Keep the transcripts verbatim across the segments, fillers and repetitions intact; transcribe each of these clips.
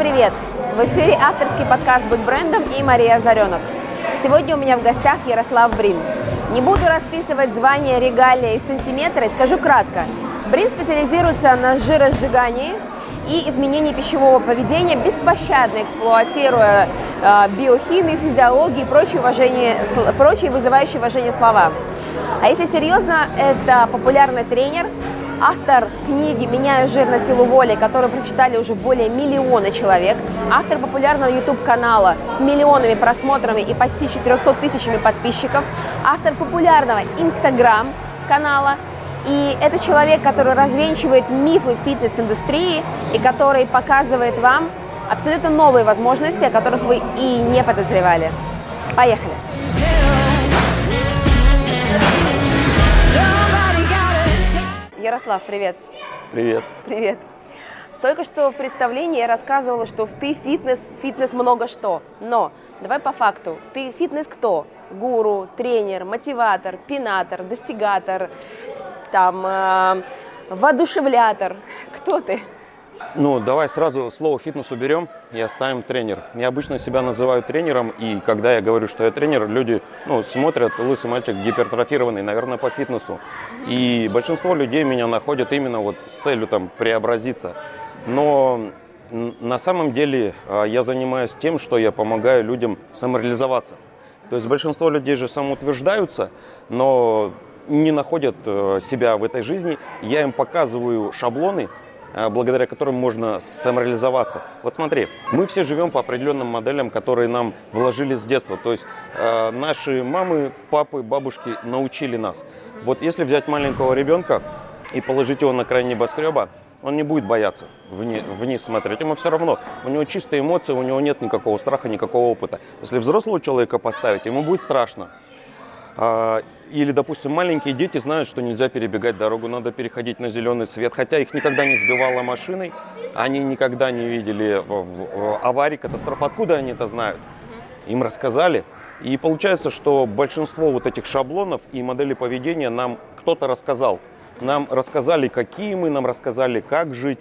привет! В эфире авторский подкаст «Будь брендом» и Мария Озаренок. Сегодня у меня в гостях Ярослав Брин. Не буду расписывать звания, регалии и сантиметры, скажу кратко. Брин специализируется на жиросжигании и изменении пищевого поведения, беспощадно эксплуатируя э, биохимию, физиологию и прочие, уважение, прочие вызывающие уважение слова. А если серьезно, это популярный тренер, автор книги «Меняю жир на силу воли», которую прочитали уже более миллиона человек, автор популярного YouTube-канала с миллионами просмотрами и почти четырёхсот тысячами подписчиков, автор популярного Instagram-канала. И это человек, который развенчивает мифы фитнес-индустрии и который показывает вам абсолютно новые возможности, о которых вы и не подозревали. Поехали! Ярослав, привет. Привет. Привет. Только что в представлении я рассказывала, что ты фитнес, фитнес много что. Но давай по факту. Ты фитнес кто? Гуру, тренер, мотиватор, пинатор, достигатор, там, э, воодушевлятор. Кто ты? Ну, давай сразу слово «фитнес» уберем и оставим «тренер». Я обычно себя называю тренером, и когда я говорю, что я тренер, люди ну, смотрят, лысый мальчик гипертрофированный, наверное, по фитнесу. И большинство людей меня находят именно вот с целью там преобразиться. Но на самом деле я занимаюсь тем, что я помогаю людям самореализоваться. То есть большинство людей же самоутверждаются, но не находят себя в этой жизни. Я им показываю шаблоны, благодаря которым можно самореализоваться. Вот смотри, мы все живем по определенным моделям, которые нам вложили с детства. То есть э, наши мамы, папы, бабушки научили нас. Вот если взять маленького ребенка и положить его на край небоскреба, он не будет бояться вниз, вниз смотреть. Ему все равно. У него чистые эмоции, у него нет никакого страха, никакого опыта. Если взрослого человека поставить, ему будет страшно. Или, допустим, маленькие дети знают, что нельзя перебегать дорогу, надо переходить на зеленый свет. Хотя их никогда не сбивало машиной, они никогда не видели аварий, катастроф. Откуда они это знают? Им рассказали. И получается, что большинство вот этих шаблонов и моделей поведения нам кто-то рассказал. Нам рассказали, какие мы, нам рассказали, как жить.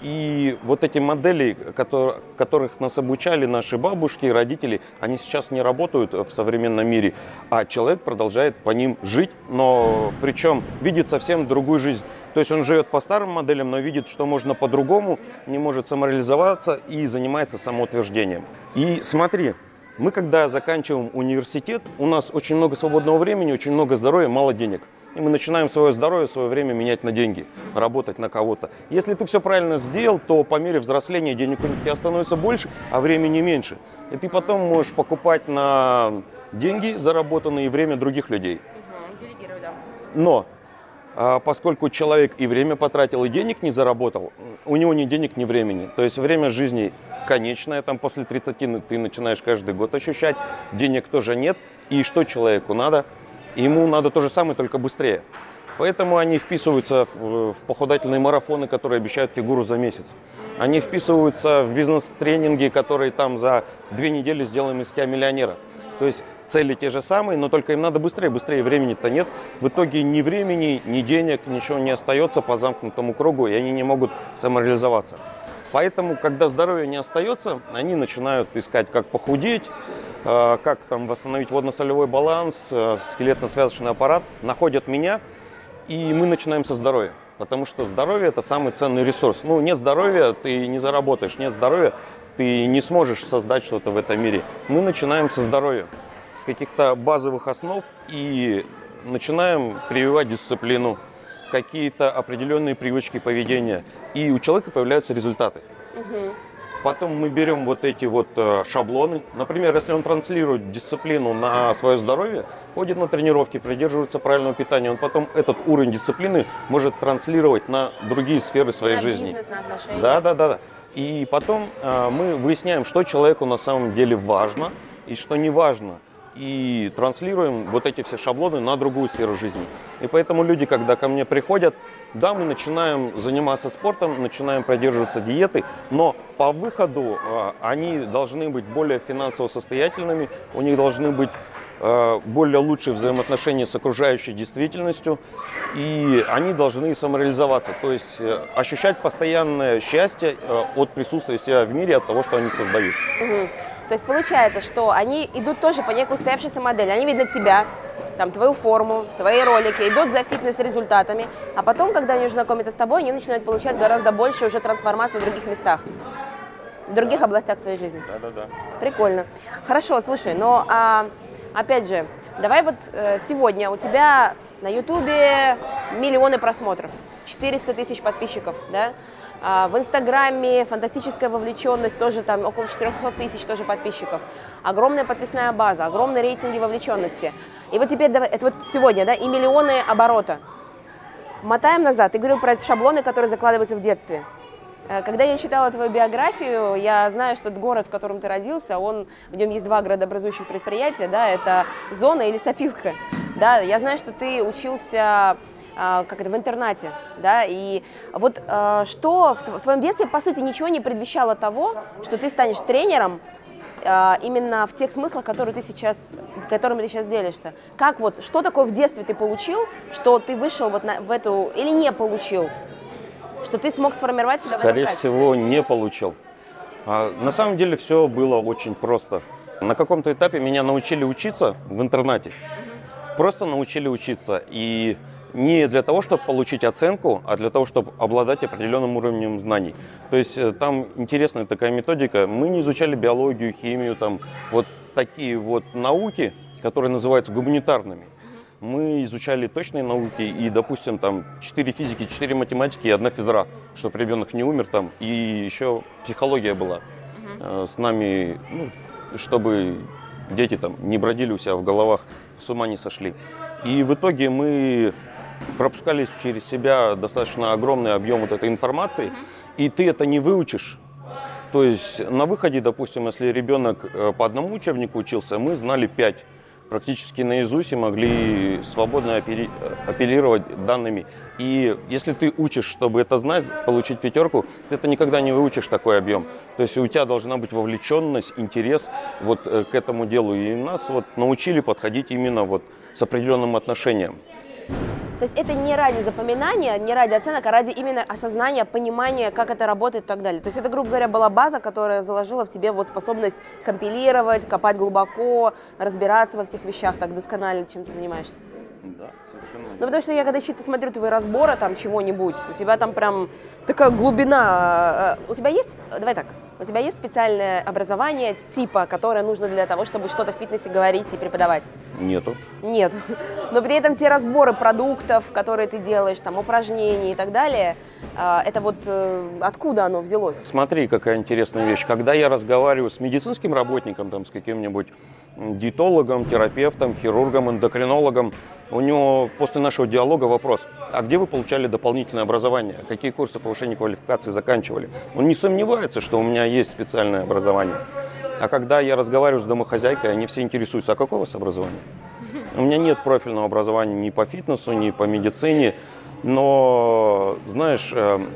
И вот эти модели, которые, которых нас обучали наши бабушки и родители, они сейчас не работают в современном мире, а человек продолжает по ним жить, но причем видит совсем другую жизнь. То есть он живет по старым моделям, но видит, что можно по-другому, не может самореализоваться и занимается самоутверждением. И смотри, мы когда заканчиваем университет, у нас очень много свободного времени, очень много здоровья, мало денег. И мы начинаем свое здоровье, свое время менять на деньги, работать на кого-то. Если ты все правильно сделал, то по мере взросления денег у тебя становится больше, а времени меньше. И ты потом можешь покупать на деньги заработанные и время других людей. Угу, делегировать, да. Но а, поскольку человек и время потратил, и денег не заработал, у него ни денег, ни времени. То есть время жизни конечное, там после тридцати ты начинаешь каждый год ощущать, денег тоже нет. И что человеку надо? Ему надо то же самое, только быстрее. Поэтому они вписываются в, в похудательные марафоны, которые обещают фигуру за месяц. Они вписываются в бизнес-тренинги, которые там за две недели сделаем из тебя миллионера. То есть цели те же самые, но только им надо быстрее. Быстрее времени-то нет. В итоге ни времени, ни денег, ничего не остается по замкнутому кругу, и они не могут самореализоваться. Поэтому, когда здоровья не остается, они начинают искать, как похудеть, как там восстановить водно-солевой баланс, скелетно-связочный аппарат, находят меня, и мы начинаем со здоровья. Потому что здоровье – это самый ценный ресурс. Ну, нет здоровья, ты не заработаешь, нет здоровья, ты не сможешь создать что-то в этом мире. Мы начинаем со здоровья, с каких-то базовых основ, и начинаем прививать дисциплину, какие-то определенные привычки поведения, и у человека появляются результаты. Угу. Потом мы берем вот эти вот шаблоны. Например, если он транслирует дисциплину на свое здоровье, ходит на тренировки, придерживается правильного питания, он потом этот уровень дисциплины может транслировать на другие сферы своей на жизни. Бизнес, на отношения. Да, да, да, да. И потом э, мы выясняем, что человеку на самом деле важно и что не важно. И транслируем вот эти все шаблоны на другую сферу жизни. И поэтому люди, когда ко мне приходят, да, мы начинаем заниматься спортом, начинаем придерживаться диеты, но по выходу э, они должны быть более финансово состоятельными, у них должны быть более лучшие взаимоотношения с окружающей действительностью, и они должны самореализоваться, то есть ощущать постоянное счастье от присутствия себя в мире, от того, что они создают. Угу. То есть получается, что они идут тоже по некой устоявшейся модели, они видят тебя, там, твою форму, твои ролики, идут за фитнес-результатами, а потом, когда они уже знакомятся с тобой, они начинают получать гораздо больше уже трансформации в других местах, в других областях своей жизни. Да-да-да. Прикольно. Хорошо, слушай, но а, опять же, давай вот э, сегодня у тебя на Ютубе миллионы просмотров, четыреста тысяч подписчиков, да? А, в Инстаграме фантастическая вовлеченность, тоже там около четырехсот тысяч тоже подписчиков, огромная подписная база, огромные рейтинги вовлеченности. И вот теперь, давай, это вот сегодня, да, и миллионы оборота. Мотаем назад, ты говорил про эти шаблоны, которые закладываются в детстве. Когда я читала твою биографию, я знаю, что этот город, в котором ты родился, он, в нем есть два градообразующих предприятия, да, это Зона и Лесопилка. Да, я знаю, что ты учился как это, в интернате, да, и вот что в твоем детстве, по сути, ничего не предвещало того, что ты станешь тренером именно в тех смыслах, которые ты сейчас, которыми ты сейчас делишься. Как вот, что такое в детстве ты получил, что ты вышел вот на, в эту, или не получил? Что ты смог сформировать себя в этом Скорее всего, не получил. А, на самом деле все было очень просто. На каком-то этапе меня научили учиться в интернате. Просто научили учиться. И не для того, чтобы получить оценку, а для того, чтобы обладать определенным уровнем знаний. То есть там интересная такая методика. Мы не изучали биологию, химию, там вот такие вот науки, которые называются гуманитарными. Мы изучали точные науки, и, допустим, там четыре физики, четыре математики и одна физра, чтобы ребенок не умер там, и еще психология была uh-huh. с нами, ну, чтобы дети там не бродили у себя в головах, с ума не сошли. И в итоге мы пропускали через себя достаточно огромный объем вот этой информации, uh-huh. и ты это не выучишь. То есть на выходе, допустим, если ребенок по одному учебнику учился, мы знали пять. Практически наизусть и могли свободно апеллировать данными. И если ты учишь, чтобы это знать, получить пятерку, ты это никогда не выучишь такой объем. То есть у тебя должна быть вовлеченность, интерес вот к этому делу. И нас вот научили подходить именно вот с определенным отношением. То есть это не ради запоминания, не ради оценок, а ради именно осознания, понимания, как это работает и так далее. То есть это, грубо говоря, была база, которая заложила в тебе вот способность компилировать, копать глубоко, разбираться во всех вещах так досконально, чем ты занимаешься. Да, совершенно. Ну, потому что я когда смотрю твои разборы там чего-нибудь, у тебя там прям такая глубина. У тебя есть, давай так, у тебя есть специальное образование типа, которое нужно для того, чтобы что-то в фитнесе говорить и преподавать? Нету. Нет. Но при этом те разборы продуктов, которые ты делаешь, там, упражнений и так далее, это вот откуда оно взялось? Смотри, какая интересная вещь. Когда я разговариваю с медицинским работником, там, с каким-нибудь диетологом, терапевтом, хирургом, эндокринологом, у него после нашего диалога вопрос: а где вы получали дополнительное образование? Какие курсы повышения квалификации заканчивали? Он не сомневается, что у меня есть специальное образование. А когда я разговариваю с домохозяйкой, они все интересуются: а какое у вас образование? У меня нет профильного образования ни по фитнесу, ни по медицине, но, знаешь,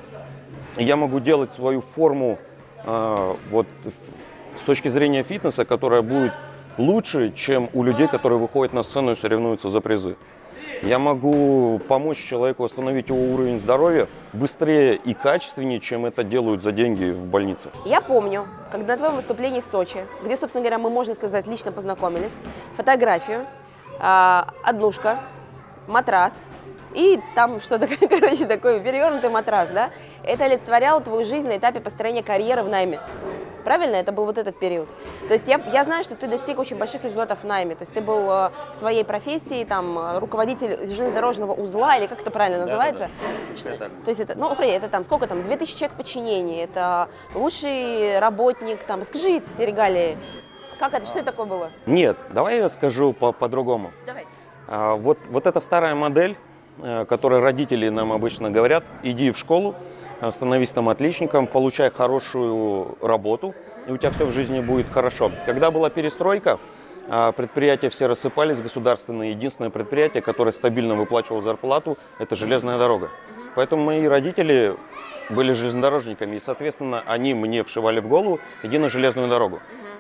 я могу делать свою форму вот с точки зрения фитнеса, которая будет лучше, чем у людей, которые выходят на сцену и соревнуются за призы. Я могу помочь человеку восстановить его уровень здоровья быстрее и качественнее, чем это делают за деньги в больнице. Я помню, когда на твоем выступлении в Сочи, где, собственно говоря, мы, можно сказать, лично познакомились, фотографию, однушка, матрас, и там что-то, короче, такой перевернутый матрас, да? Это олицетворяло твою жизнь на этапе построения карьеры в найме. Правильно? Это был вот этот период. То есть я, я знаю, что ты достиг очень больших результатов в найме. То есть ты был в своей профессии, там, руководитель железнодорожного узла, или как это правильно называется? Да, да, да. То есть это, ну, это там, сколько там, две тысячи человек в подчинении, это лучший работник, там, скажи все регалии. Как это, что это такое было? Нет, давай я скажу по- по-другому. Давай. А, вот, вот эта старая модель, которой родители нам обычно говорят: иди в школу, становись там отличником, получай хорошую работу, и у тебя все в жизни будет хорошо. Когда была перестройка, предприятия все рассыпались, государственные. Единственное предприятие, которое стабильно выплачивало зарплату, это железная дорога. Поэтому мои родители были железнодорожниками, и, соответственно, они мне вшивали в голову: иди на железную дорогу.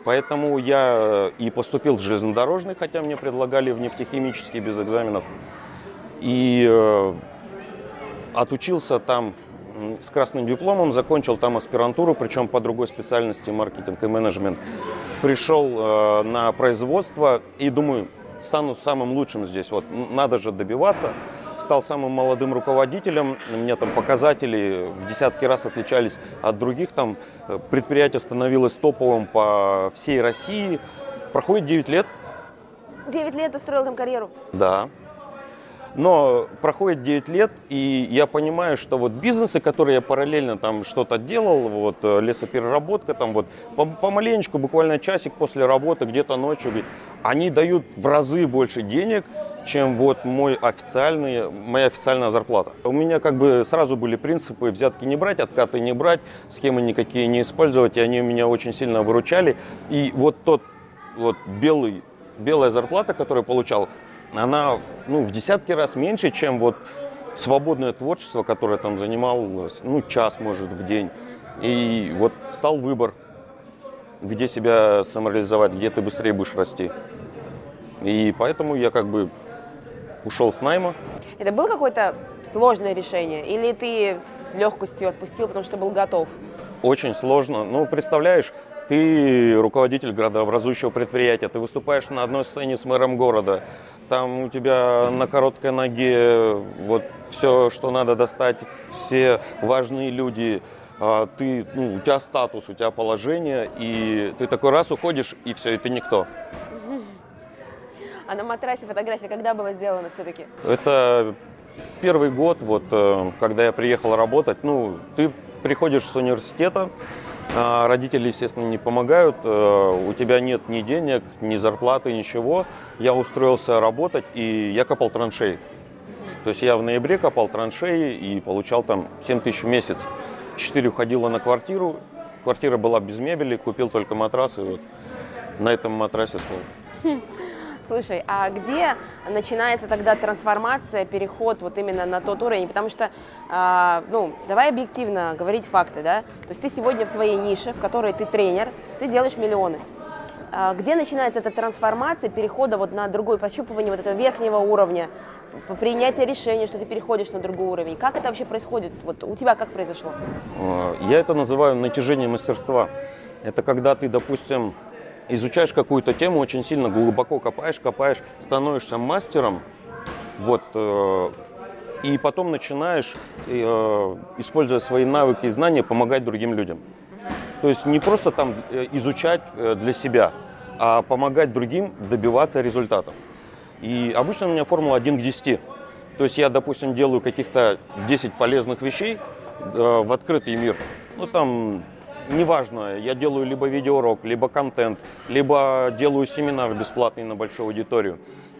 Поэтому я и поступил в железнодорожный, хотя мне предлагали в нефтехимический без экзаменов. И э, отучился там с красным дипломом, закончил там аспирантуру, причем по другой специальности, маркетинг и менеджмент. Пришел э, на производство и думаю, стану самым лучшим здесь. Вот, надо же добиваться. Стал самым молодым руководителем. У меня там показатели в десятки раз отличались от других. Там предприятие становилось топовым по всей России. Проходит девять лет. девять лет устроил там карьеру? Да. Но проходит девять лет, и я понимаю, что вот бизнесы, которые я параллельно там что-то делал, вот лесопереработка, там вот помаленечку, буквально часик после работы, где-то ночью, они дают в разы больше денег, чем вот мой официальный, моя официальная зарплата. У меня как бы сразу были принципы взятки не брать, откаты не брать, схемы никакие не использовать, и они меня очень сильно выручали. И вот тот вот белый, белая зарплата, которую я получал, она ну, в десятки раз меньше, чем вот свободное творчество, которое там занималось, ну, час, может, в день. И вот стал выбор, где себя самореализовать, где ты быстрее будешь расти. И поэтому я как бы ушел с найма. Это было какое-то сложное решение? Или ты с легкостью отпустил, потому что был готов? Очень сложно. Ну, представляешь, ты руководитель градообразующего предприятия, ты выступаешь на одной сцене с мэром города, там у тебя на короткой ноге вот все, что надо достать, все важные люди, ты, ну, у тебя статус, у тебя положение, и ты такой раз уходишь, и все, и ты никто. А на матрасе фотография когда была сделана все-таки? Это первый год, вот, когда я приехал работать, ну, ты приходишь с университета, родители, естественно, не помогают, у тебя нет ни денег, ни зарплаты, ничего. Я устроился работать, и я копал траншеи. То есть я в ноябре копал траншеи и получал там семь тысяч в месяц. четыре уходило на квартиру, квартира была без мебели, купил только матрас, и вот на этом матрасе спал. Слушай, а где начинается тогда трансформация, переход вот именно на тот уровень? Потому что, э, ну, давай объективно говорить факты, да? То есть ты сегодня в своей нише, в которой ты тренер, ты делаешь миллионы. А где начинается эта трансформация, перехода вот на другой, пощупывание вот этого верхнего уровня, принятие решения, что ты переходишь на другой уровень? Как это вообще происходит? Вот у тебя как произошло? Я это называю натяжение мастерства. Это когда ты, допустим, изучаешь какую-то тему, очень сильно глубоко копаешь, копаешь, становишься мастером, вот, э, и потом начинаешь, э, используя свои навыки и знания, помогать другим людям. То есть не просто там изучать для себя, а помогать другим добиваться результатов. И обычно у меня формула один к десяти. То есть я, допустим, делаю каких-то десять полезных вещей э, в открытый мир. Ну там... Неважно, я делаю либо видеоурок, либо контент, либо делаю семинар бесплатный на большую аудиторию.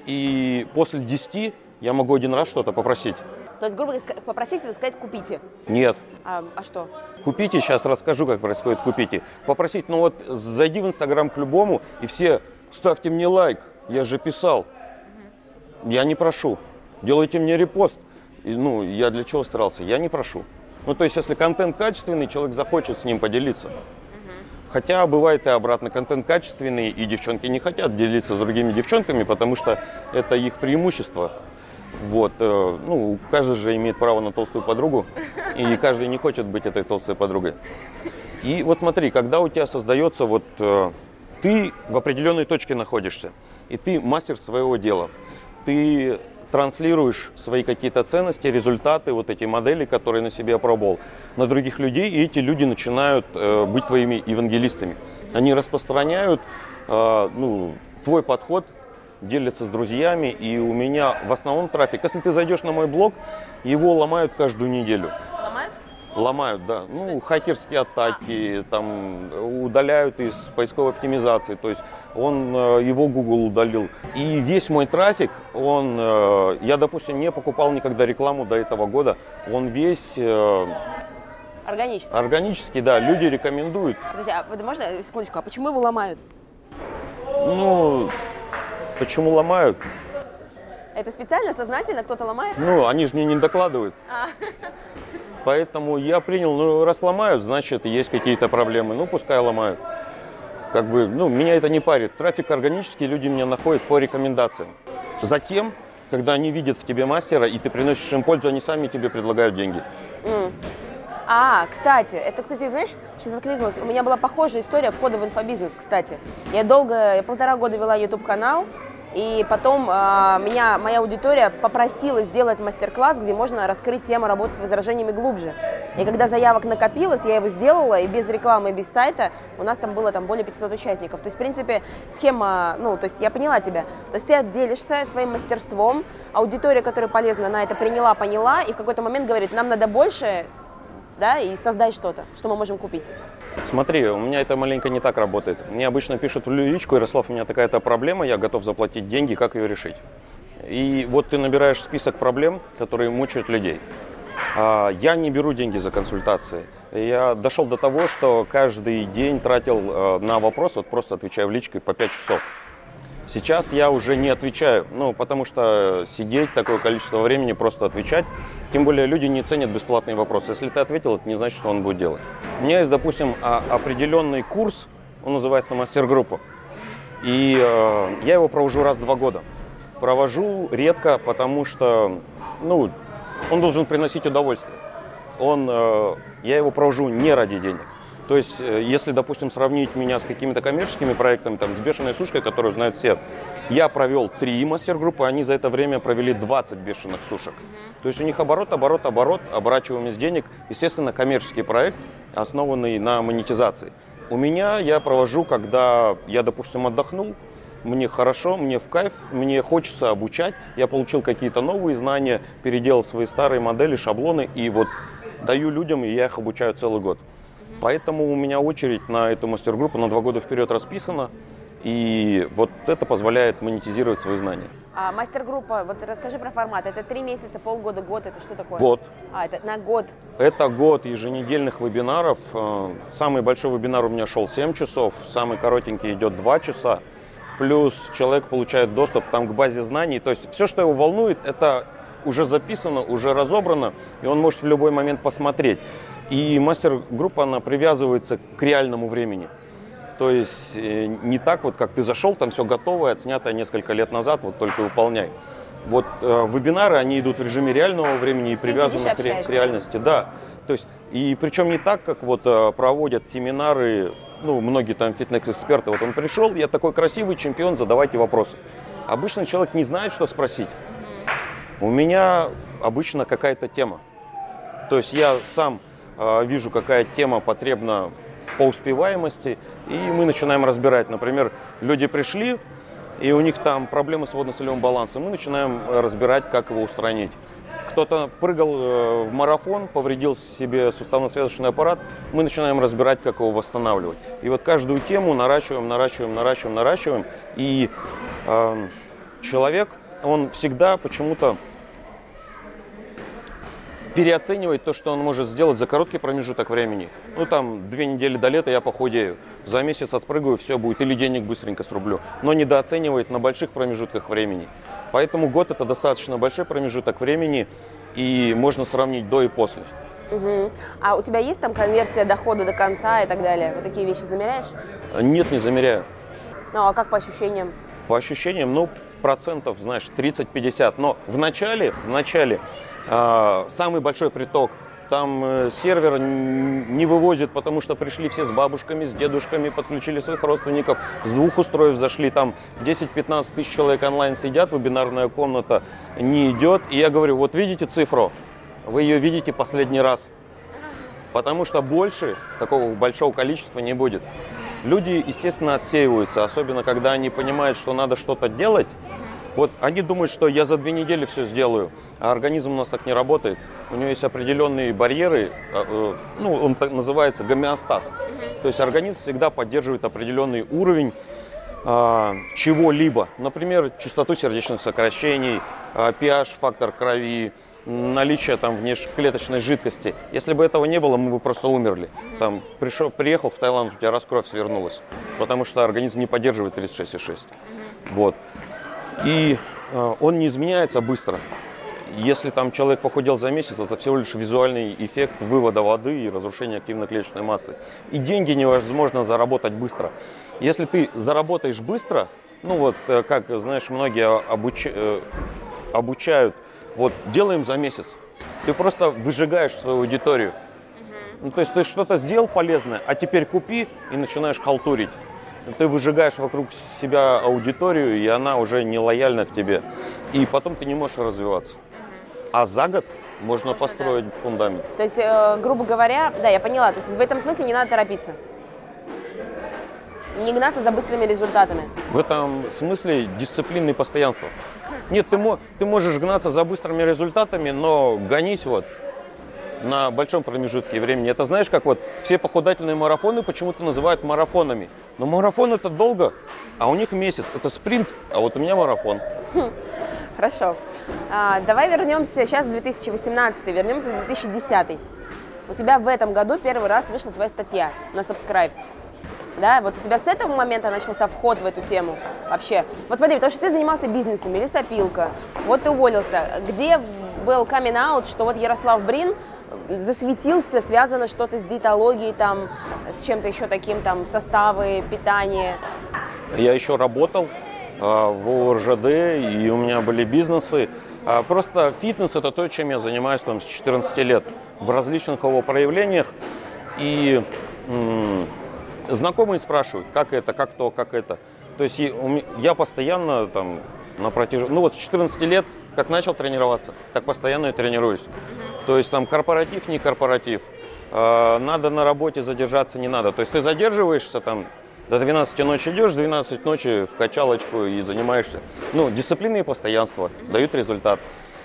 И после десяти я могу один раз что-то попросить. То есть, грубо говоря, попросить, это сказать, купите? Нет. А, а что? Купите, сейчас расскажу, как происходит купите. Попросить, ну вот зайди в Инстаграм к любому, и все, ставьте мне лайк, я же писал. Угу. Я не прошу. Делайте мне репост. И, ну, я для чего старался? Я не прошу. Ну, то есть, если контент качественный, человек захочет с ним поделиться. Uh-huh. Хотя бывает и обратно, контент качественный, и девчонки не хотят делиться с другими девчонками, потому что это их преимущество. Вот, э, ну, каждый же имеет право на толстую подругу, и каждый не хочет быть этой толстой подругой. И вот смотри, когда у тебя создается, вот, э, ты в определенной точке находишься, и ты мастер своего дела, ты транслируешь свои какие-то ценности, результаты, вот эти модели, которые на себе опробовал, на других людей, и эти люди начинают э, быть твоими евангелистами. Они распространяют э, ну, твой подход, делятся с друзьями, и у меня в основном трафик. Если ты зайдешь на мой блог, его ломают каждую неделю. Ломают? Ломают, да. Ну, хакерские атаки, там, удаляют из поисковой оптимизации, то есть он, его Google удалил. И весь мой трафик, он, я, допустим, не покупал никогда рекламу до этого года, он весь... Органический? Органический, да, люди рекомендуют. Подожди, а можно, секундочку, а почему его ломают? Ну, почему ломают? Это специально, сознательно кто-то ломает? Ну, они же мне не докладывают. А. Поэтому я принял, ну, раз ломают, значит, есть какие-то проблемы. Ну, пускай ломают. Как бы, ну, меня это не парит. Трафик органический, люди меня находят по рекомендациям. Затем, когда они видят в тебе мастера, и ты приносишь им пользу, они сами тебе предлагают деньги. Mm. А, кстати, это, кстати, знаешь, сейчас откликнулась, у меня была похожая история входа в инфобизнес, кстати. Я долго, я полтора года вела YouTube-канал, и потом э, меня, моя аудитория попросила сделать мастер-класс, где можно раскрыть тему работы с возражениями глубже. И когда заявок накопилось, я его сделала, и без рекламы, и без сайта у нас там было там более пятисот участников. То есть, в принципе, схема, ну, то есть я поняла тебя. То есть ты отделишься своим мастерством, аудитория, которая полезна, она это приняла, поняла, и в какой-то момент говорит, нам надо больше, да, и создать что-то, что мы можем купить. Смотри, у меня это маленько не так работает. Мне обычно пишут в личку: Ярослав, у меня такая-то проблема, я готов заплатить деньги, как ее решить? И вот ты набираешь список проблем, которые мучают людей. Я не беру деньги за консультации. Я дошел до того, что каждый день тратил на вопрос, вот просто отвечаю в личку по пять часов. Сейчас я уже не отвечаю, ну, потому что сидеть такое количество времени, просто отвечать, тем более люди не ценят бесплатные вопросы. Если ты ответил, это не значит, что он будет делать. У меня есть, допустим, определенный курс, он называется мастер-группа, и э, я его провожу раз в два года. Провожу редко, потому что, ну, он должен приносить удовольствие. Он, э, я его провожу не ради денег. То есть, если, допустим, сравнить меня с какими-то коммерческими проектами, там, с бешеной сушкой, которую знают все, я провел три мастер-группы, они за это время провели двадцать бешеных сушек. То есть у них оборот, оборот, оборот, оборачиваемость денег, естественно, коммерческий проект, основанный на монетизации. У меня я провожу, когда я, допустим, отдохнул, мне хорошо, мне в кайф, мне хочется обучать, я получил какие-то новые знания, переделал свои старые модели, шаблоны, и вот даю людям, и я их обучаю целый год. Поэтому у меня очередь на эту мастер-группу на два года вперед расписана, и вот это позволяет монетизировать свои знания. А мастер-группа, вот расскажи про формат. Это три месяца, полгода, год, это что такое? Год. А, это на год? Это год еженедельных вебинаров. Самый большой вебинар у меня шел семь часов, самый коротенький идет два часа. Плюс человек получает доступ там к базе знаний. То есть все, что его волнует, это уже записано, уже разобрано, и он может в любой момент посмотреть. И мастер-группа, она привязывается к реальному времени. То есть не так вот, как ты зашел, там все готовое, отснятое несколько лет назад, вот только выполняй. Вот э, вебинары, они идут в режиме реального времени и привязаны к, ре, к реальности. Да. То есть, и причем не так, как вот э, проводят семинары, ну, многие там фитнес-эксперты. Вот он пришел, я такой красивый чемпион, задавайте вопросы. Обычно человек не знает, что спросить. У меня обычно какая-то тема. То есть я сам вижу, какая тема потребна по успеваемости, и мы начинаем разбирать. Например, люди пришли, и у них там проблемы с водно-солевым балансом. Мы начинаем разбирать, как его устранить. Кто-то прыгал в марафон, повредил себе суставно-связочный аппарат. Мы начинаем разбирать, как его восстанавливать. И вот каждую тему наращиваем, наращиваем, наращиваем, наращиваем. И э, человек, он всегда почему-то переоценивать то, что он может сделать за короткий промежуток времени. Ну, там, две недели до лета я похудею, за месяц отпрыгаю, все будет, или денег быстренько срублю. Но недооценивает на больших промежутках времени. Поэтому год – это достаточно большой промежуток времени, и можно сравнить до и после. Угу. А у тебя есть там конверсия дохода до конца и так далее? Вот такие вещи замеряешь? Нет, не замеряю. Ну, а как по ощущениям? По ощущениям, ну, процентов, знаешь, тридцать-пятьдесят. Но в начале, в начале э, самый большой приток, там э, сервер не вывозит, потому что пришли все с бабушками, с дедушками, подключили своих родственников, с двух устройств зашли, там десять-пятнадцать тысяч человек онлайн сидят, вебинарная комната не идет. И я говорю, вот видите цифру, вы ее видите последний раз, потому что больше такого большого количества не будет. Люди, естественно, отсеиваются, особенно когда они понимают, что надо что-то делать. Вот они думают, что я за две недели все сделаю, а организм у нас так не работает. У него есть определенные барьеры, ну, он так называется гомеостаз. То есть организм всегда поддерживает определенный уровень а, чего-либо. Например, частоту сердечных сокращений, а, pH, фактор крови, наличие там внеклеточной жидкости. Если бы этого не было, мы бы просто умерли. Там пришел, приехал в Таиланд, у тебя раз кровь свернулась, потому что организм не поддерживает тридцать шесть и шесть. Вот. И э, он не изменяется быстро. Если там человек похудел за месяц, это всего лишь визуальный эффект вывода воды и разрушения активной клеточной массы. И деньги невозможно заработать быстро. Если ты заработаешь быстро, ну вот, э, как, знаешь, многие обуч... э, обучают, вот, делаем за месяц. Ты просто выжигаешь свою аудиторию. Ну, то есть ты что-то сделал полезное, а теперь купи и начинаешь халтурить. Ты выжигаешь вокруг себя аудиторию, и она уже не лояльна к тебе. И потом ты не можешь развиваться. А за год можно, можно построить да. фундамент. То есть, э, грубо говоря, да, я поняла, то есть в этом смысле не надо торопиться. Не гнаться за быстрыми результатами. В этом смысле дисциплина и постоянство. Нет, ты, мо- ты можешь гнаться за быстрыми результатами, но гонись вот на большом промежутке времени. Это знаешь, как вот все похудательные марафоны почему-то называют марафонами. Но марафон это долго, а у них месяц. Это спринт, а вот у меня марафон. Хм, хорошо. А, давай вернемся сейчас в две тысячи восемнадцатый, вернемся в две тысячи десятый. У тебя в этом году первый раз вышла твоя статья на Subscribe. Да, вот у тебя с этого момента начался вход в эту тему вообще. Вот смотри, потому что ты занимался бизнесом, лесопилка, вот ты уволился. Где был камин-аут, что вот Ярослав Брин засветился, связано что-то с диетологией, там, с чем-то еще таким, там, составы, питание? Я еще работал э, в О Р Ж Д, и у меня были бизнесы. А просто фитнес – это то, чем я занимаюсь там, с четырнадцати лет в различных его проявлениях. И м- знакомые спрашивают, как это, как то, как это. То есть я постоянно там на протяжении, ну вот с четырнадцати лет, как начал тренироваться, так постоянно и тренируюсь. То есть там корпоратив, не корпоратив, э, надо на работе задержаться, не надо. То есть ты задерживаешься там, до двенадцати ночи идешь, в двенадцать ночи в качалочку и занимаешься. Ну, дисциплина и постоянство дают результат.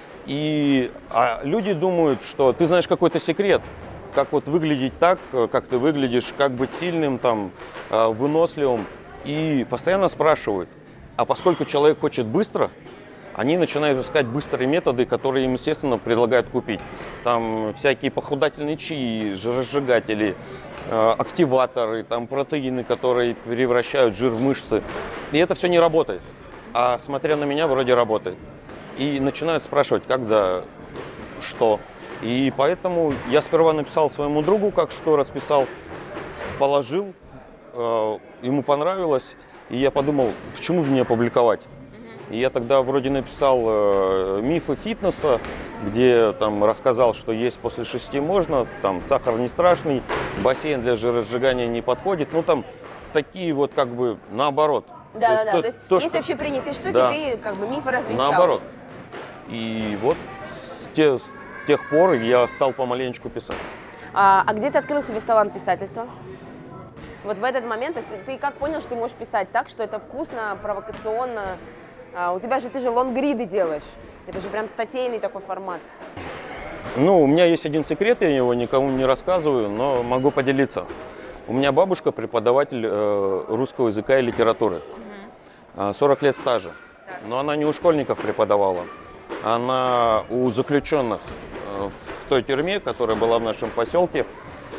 И а люди думают, что ты знаешь какой-то секрет, как вот выглядеть так, как ты выглядишь, как быть сильным, там, выносливым. И постоянно спрашивают, а поскольку человек хочет быстро, они начинают искать быстрые методы, которые им, естественно, предлагают купить. Там всякие похудательные чаи, жиросжигатели, активаторы, там протеины, которые превращают жир в мышцы. И это все не работает. А смотря на меня, вроде работает. И начинают спрашивать, когда, что. И поэтому я сперва написал своему другу, как что расписал, положил, э, ему понравилось, и я подумал, почему бы не опубликовать. И я тогда вроде написал э, мифы фитнеса, где там рассказал, что есть после шести можно, там сахар не страшный, бассейн для жиросжигания не подходит, ну там такие вот как бы наоборот. Да, да, да, то есть то, есть что... общепринятые штуки, да. Ты как бы мифы развенчал. Наоборот. И вот с тех, с тех пор я стал помаленечку писать. А, а где ты открыл себе талант писательства? Вот в этот момент, то есть, ты как понял, что ты можешь писать так, что это вкусно, провокационно? А, у тебя же, ты же лонгриды делаешь. Это же прям статейный такой формат. Ну, у меня есть один секрет, я его никому не рассказываю, но могу поделиться. У меня бабушка преподаватель э, русского языка и литературы. Угу. сорок лет стажа. Так. Но она не у школьников преподавала. Она у заключенных э, в той тюрьме, которая была в нашем поселке, э,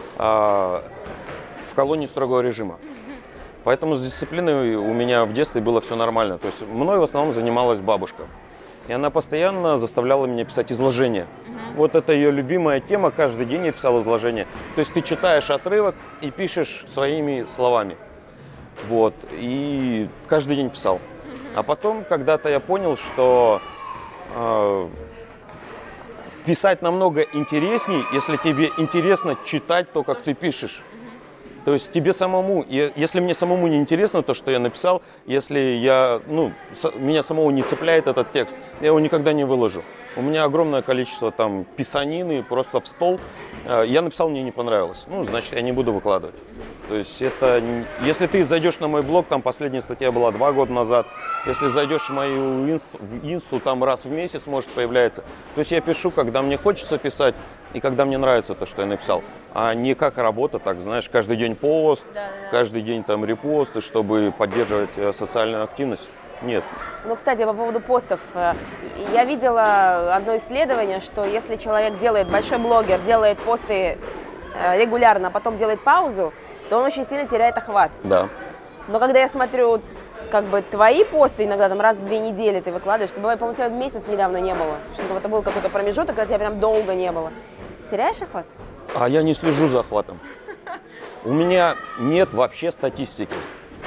в колонии строгого режима. Поэтому с дисциплиной у меня в детстве было все нормально. То есть мной в основном занималась бабушка. И она постоянно заставляла меня писать изложения. Uh-huh. Вот это ее любимая тема, каждый день я писал изложение. То есть ты читаешь отрывок и пишешь своими словами. Вот. И каждый день писал. Uh-huh. А потом когда-то я понял, что э, писать намного интересней, если тебе интересно читать то, как ты пишешь. То есть тебе самому, если мне самому не интересно то, что я написал, если я, ну, меня самого не цепляет этот текст, я его никогда не выложу. У меня огромное количество там писанины просто в стол. Я написал, мне не понравилось. Ну, значит, я не буду выкладывать. То есть это, если ты зайдешь на мой блог, там последняя статья была два года назад. Если зайдешь в мою инсту, в инсту, там раз в месяц может появляться. То есть я пишу, когда мне хочется писать и когда мне нравится то, что я написал. А не как работа, так, знаешь, каждый день пост, да, да. каждый день там репосты, чтобы поддерживать социальную активность. Нет. Ну, кстати, по поводу постов. Я видела одно исследование, что если человек делает, большой блогер, делает посты регулярно, а потом делает паузу, то он очень сильно теряет охват. Да. Но когда я смотрю, как бы, твои посты, иногда там раз в две недели ты выкладываешь, что бывает, по-моему, у тебя месяц недавно не было, что это был какой-то промежуток, когда тебя прям долго не было. Теряешь охват? А я не слежу за охватом. У меня нет вообще статистики.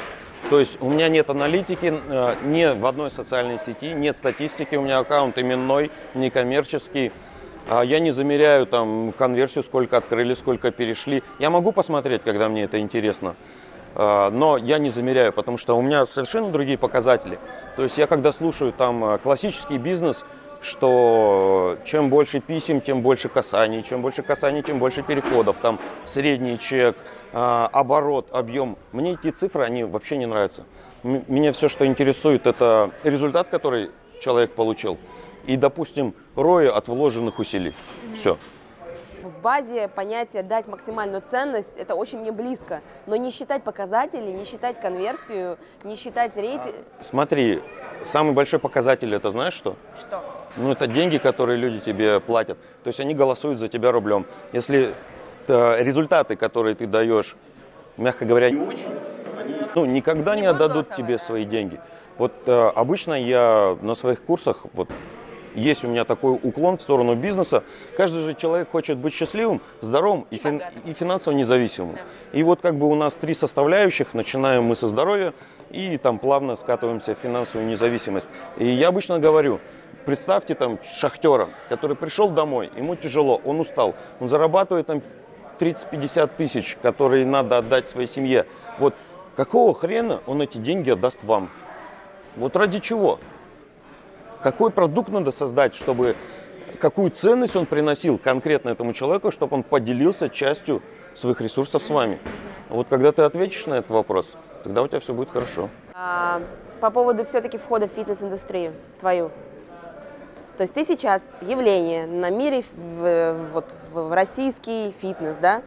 То есть у меня нет аналитики ни в одной социальной сети, нет статистики, у меня аккаунт именной, некоммерческий. Я не замеряю там конверсию, сколько открыли, сколько перешли. Я могу посмотреть, когда мне это интересно, но я не замеряю, потому что у меня совершенно другие показатели. То есть я когда слушаю там классический бизнес, что чем больше писем, тем больше касаний, чем больше касаний, тем больше переходов, там средний чек, оборот, объем. Мне эти цифры, они вообще не нравятся. Меня все, что интересует, это результат, который человек получил, и, допустим, рои от вложенных усилий. Все. В базе понятие «дать максимальную ценность» – это очень мне близко. Но не считать показатели, не считать конверсию, не считать рейтинг. Смотри, самый большой показатель – это знаешь что? Что? Ну, это деньги, которые люди тебе платят. То есть они голосуют за тебя рублем. Если результаты, которые ты даешь, мягко говоря, не очень, они ну, никогда не, не отдадут тебе свои деньги. Вот э, обычно я на своих курсах, вот есть у меня такой уклон в сторону бизнеса. Каждый же человек хочет быть счастливым, здоровым и, фин, и финансово независимым. Да. И вот как бы у нас три составляющих. Начинаем мы со здоровья и там плавно скатываемся в финансовую независимость. И я обычно говорю, представьте там шахтера, который пришел домой, ему тяжело, он устал, он зарабатывает там тридцать-пятьдесят тысяч, которые надо отдать своей семье. Вот какого хрена он эти деньги отдаст вам? Вот ради чего? Какой продукт надо создать, чтобы какую ценность он приносил конкретно этому человеку, чтобы он поделился частью своих ресурсов с вами? Вот когда ты ответишь на этот вопрос, тогда у тебя все будет хорошо. А, по поводу все-таки входа в фитнес-индустрию твою. То есть ты сейчас явление на мире, в, вот, в российский фитнес, да?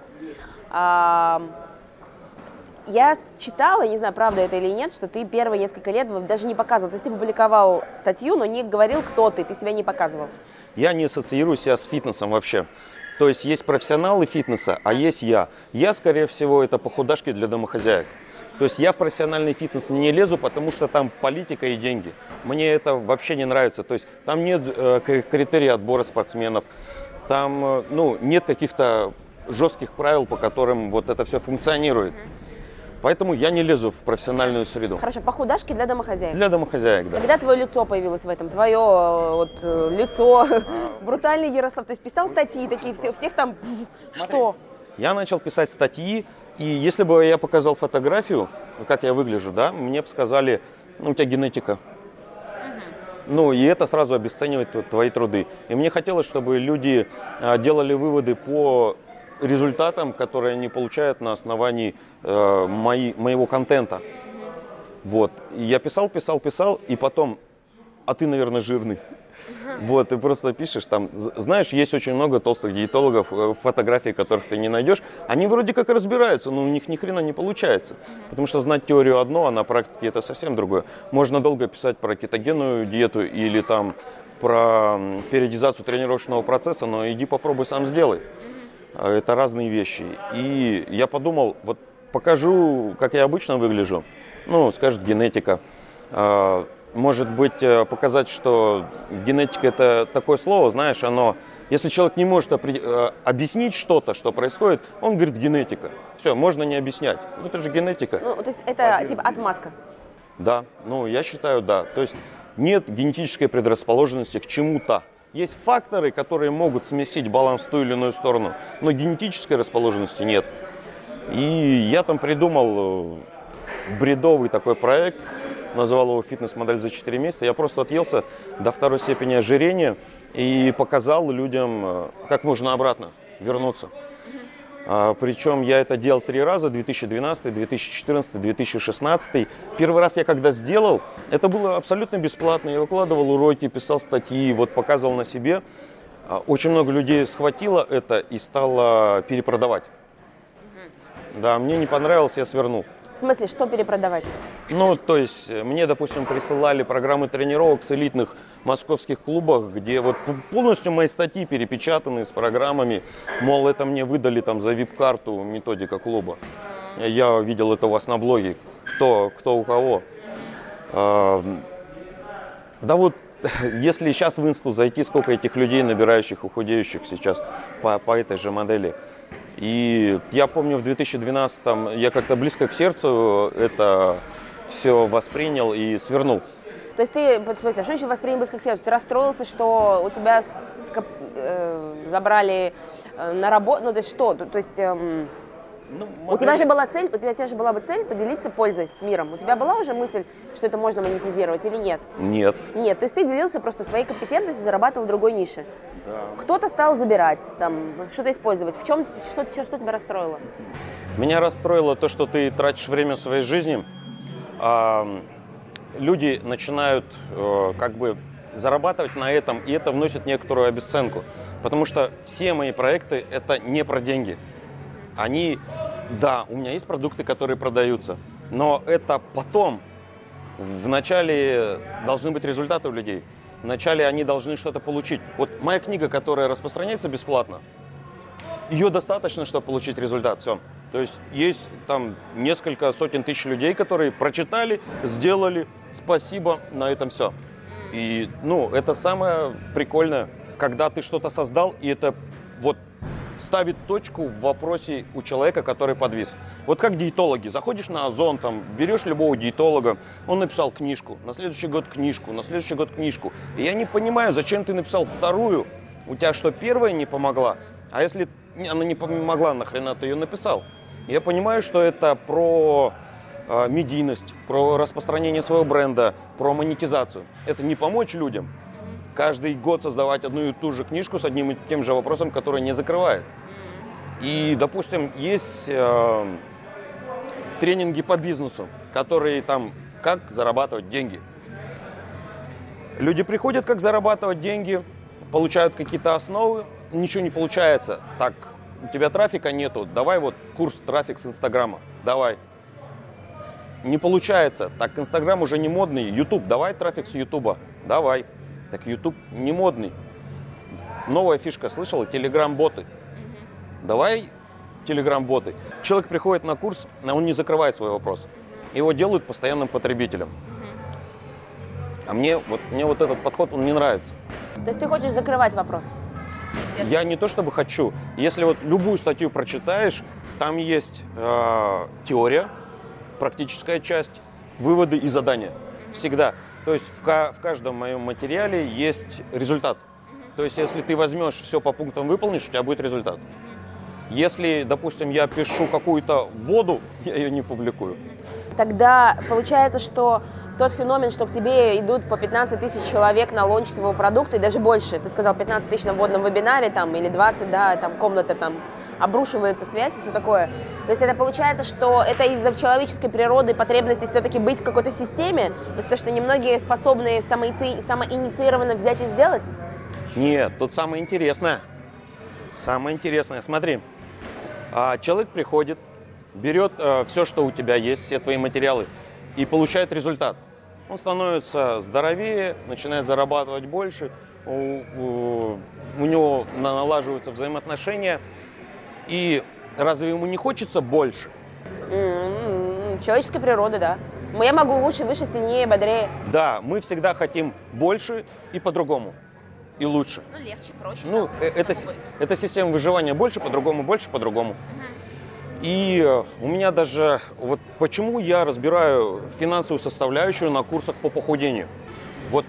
А, я читала, не знаю, правда это или нет, что ты первые несколько лет даже не показывал. То есть ты публиковал статью, но не говорил, кто ты, ты себя не показывал. Я не ассоциирую себя с фитнесом вообще. То есть есть профессионалы фитнеса, а есть я. Я, скорее всего, это похудашки для домохозяек. То есть я в профессиональный фитнес не лезу, потому что там политика и деньги. Мне это вообще не нравится. То есть там нет э, критерий отбора спортсменов, там э, ну, нет каких-то жестких правил, по которым вот это все функционирует. Поэтому я не лезу в профессиональную среду. Хорошо, похудашки для домохозяек. Для домохозяек, да. Когда твое лицо появилось в этом? Твое вот, лицо, брутальный Ярослав. То есть писал статьи такие, все, у всех там что? Я начал писать статьи, и если бы я показал фотографию, как я выгляжу, да, мне бы сказали, ну, у тебя генетика. Угу. Ну, и это сразу обесценивает твои труды. И мне хотелось, чтобы люди делали выводы по результатам, которые они получают на основании э, мои, моего контента. Вот. И я писал, писал, писал, и потом, а ты, наверное, жирный. Вот, ты просто пишешь там, знаешь, есть очень много толстых диетологов, фотографий, которых ты не найдешь. Они вроде как разбираются, но у них ни хрена не получается. Потому что знать теорию одно, а на практике это совсем другое. Можно долго писать про кетогенную диету или там про периодизацию тренировочного процесса, но иди попробуй сам сделай. Это разные вещи. И я подумал, вот покажу, как я обычно выгляжу. Ну, скажет генетика. Может быть, показать, что генетика это такое слово, знаешь, оно, если человек не может объяснить что-то, что происходит, он говорит генетика. Все, можно не объяснять. Это же генетика. Ну, то есть это типа отмазка? Да, ну я считаю, да. То есть нет генетической предрасположенности к чему-то. Есть факторы, которые могут сместить баланс в ту или иную сторону, но генетической расположенности нет. И я там придумал бредовый такой проект, назвал его «Фитнес-модель за четыре месяца». Я просто отъелся до второй степени ожирения и показал людям, как можно обратно вернуться. А, причем я это делал три раза, две тысячи двенадцатый, две тысячи четырнадцатый, две тысячи шестнадцатый. Первый раз я когда сделал, это было абсолютно бесплатно. Я выкладывал уроки, писал статьи, вот показывал на себе. А, очень много людей схватило это и стало перепродавать. Угу. Да, мне не понравилось, я свернул. В смысле, что перепродавать? Ну, то есть, мне, допустим, присылали программы тренировок с элитных московских клубах, где вот полностью мои статьи перепечатаны с программами, мол, это мне выдали там за вип-карту методика клуба. Я видел это у вас на блоге, кто, кто у кого. А, да вот, если сейчас в инсту зайти, сколько этих людей, набирающих и худеющих сейчас по, по этой же модели. И я помню, в две тысячи двенадцатом я как-то близко к сердцу это все воспринял и свернул. То есть ты, смотри, что еще воспринял как следует? Ты расстроился, что у тебя э, забрали э, на работу, ну то есть что? То есть э, ну, у тебя же была цель, у тебя, у тебя же была бы цель поделиться пользой с миром. У тебя была уже мысль, что это можно монетизировать или нет? Нет. Нет, то есть ты делился просто своей компетентностью, зарабатывал в другой нише. Да. Кто-то стал забирать, там, что-то использовать. В чем, что, что, что тебя расстроило? Меня расстроило то, что ты тратишь время своей жизни. А люди начинают э, как бы зарабатывать на этом, и это вносит некоторую обесценку. Потому что все мои проекты – это не про деньги. Они, да, у меня есть продукты, которые продаются, но это потом. Вначале должны быть результаты у людей. Вначале они должны что-то получить. Вот моя книга, которая распространяется бесплатно, ее достаточно, чтобы получить результат. Все. То есть есть там несколько сотен тысяч людей, которые прочитали, сделали, спасибо, на этом все. И, ну, это самое прикольное, когда ты что-то создал, и это вот ставит точку в вопросе у человека, который подвис. Вот как диетологи. Заходишь на Озон, там, берешь любого диетолога, он написал книжку, на следующий год книжку, на следующий год книжку. И я не понимаю, зачем ты написал вторую? У тебя что, первая не помогла? А если она не помогла, нахрена ты ее написал? Я понимаю, что это про э, медийность, про распространение своего бренда, про монетизацию. Это не помочь людям. Каждый год создавать одну и ту же книжку с одним и тем же вопросом, который не закрывает. И, допустим, есть э, тренинги по бизнесу, которые там, как зарабатывать деньги. Люди приходят, как зарабатывать деньги, получают какие-то основы, ничего не получается. Так, у тебя трафика нету, давай вот курс трафик с Инстаграма, давай. Не получается, так Инстаграм уже не модный, Ютуб, давай трафик с Ютуба, давай. Так YouTube не модный. Новая фишка, слышала? Телеграм-боты. Давай телеграм-боты. Человек приходит на курс, но он не закрывает свой вопрос. Его делают постоянным потребителем. А мне вот, мне вот этот подход, он не нравится. То есть ты хочешь закрывать вопрос? Я не то чтобы хочу. Если вот любую статью прочитаешь, там есть э, теория, практическая часть, выводы и задания. Всегда. То есть в, в каждом моем материале есть результат. То есть если ты возьмешь все по пунктам выполнишь, у тебя будет результат. Если, допустим, я пишу какую-то воду, я ее не публикую. Тогда получается, что тот феномен, что к тебе идут по пятнадцать тысяч человек на лонч твоего продукта, и даже больше, ты сказал пятнадцать тысяч на вводном вебинаре, там, или двадцать, да, там комната там обрушивается связь и все такое. То есть это получается, что это из-за человеческой природы потребности все-таки быть в какой-то системе, то есть то, что немногие способны самоици... самоинициированно взять и сделать? Нет, тут самое интересное. Самое интересное, смотри, человек приходит, берет все, что у тебя есть, все твои материалы, и получает результат. Он становится здоровее, начинает зарабатывать больше, у, у, у него налаживаются взаимоотношения. И разве ему не хочется больше? Mm-hmm. Человеческая природа, да. Я могу лучше, выше, сильнее, бодрее. Да, мы всегда хотим больше и по-другому. И лучше. Ну, легче, проще. Ну, да. это, это система выживания больше, по-другому, больше, по-другому. Uh-huh. И у меня даже, вот почему я разбираю финансовую составляющую на курсах по похудению. Вот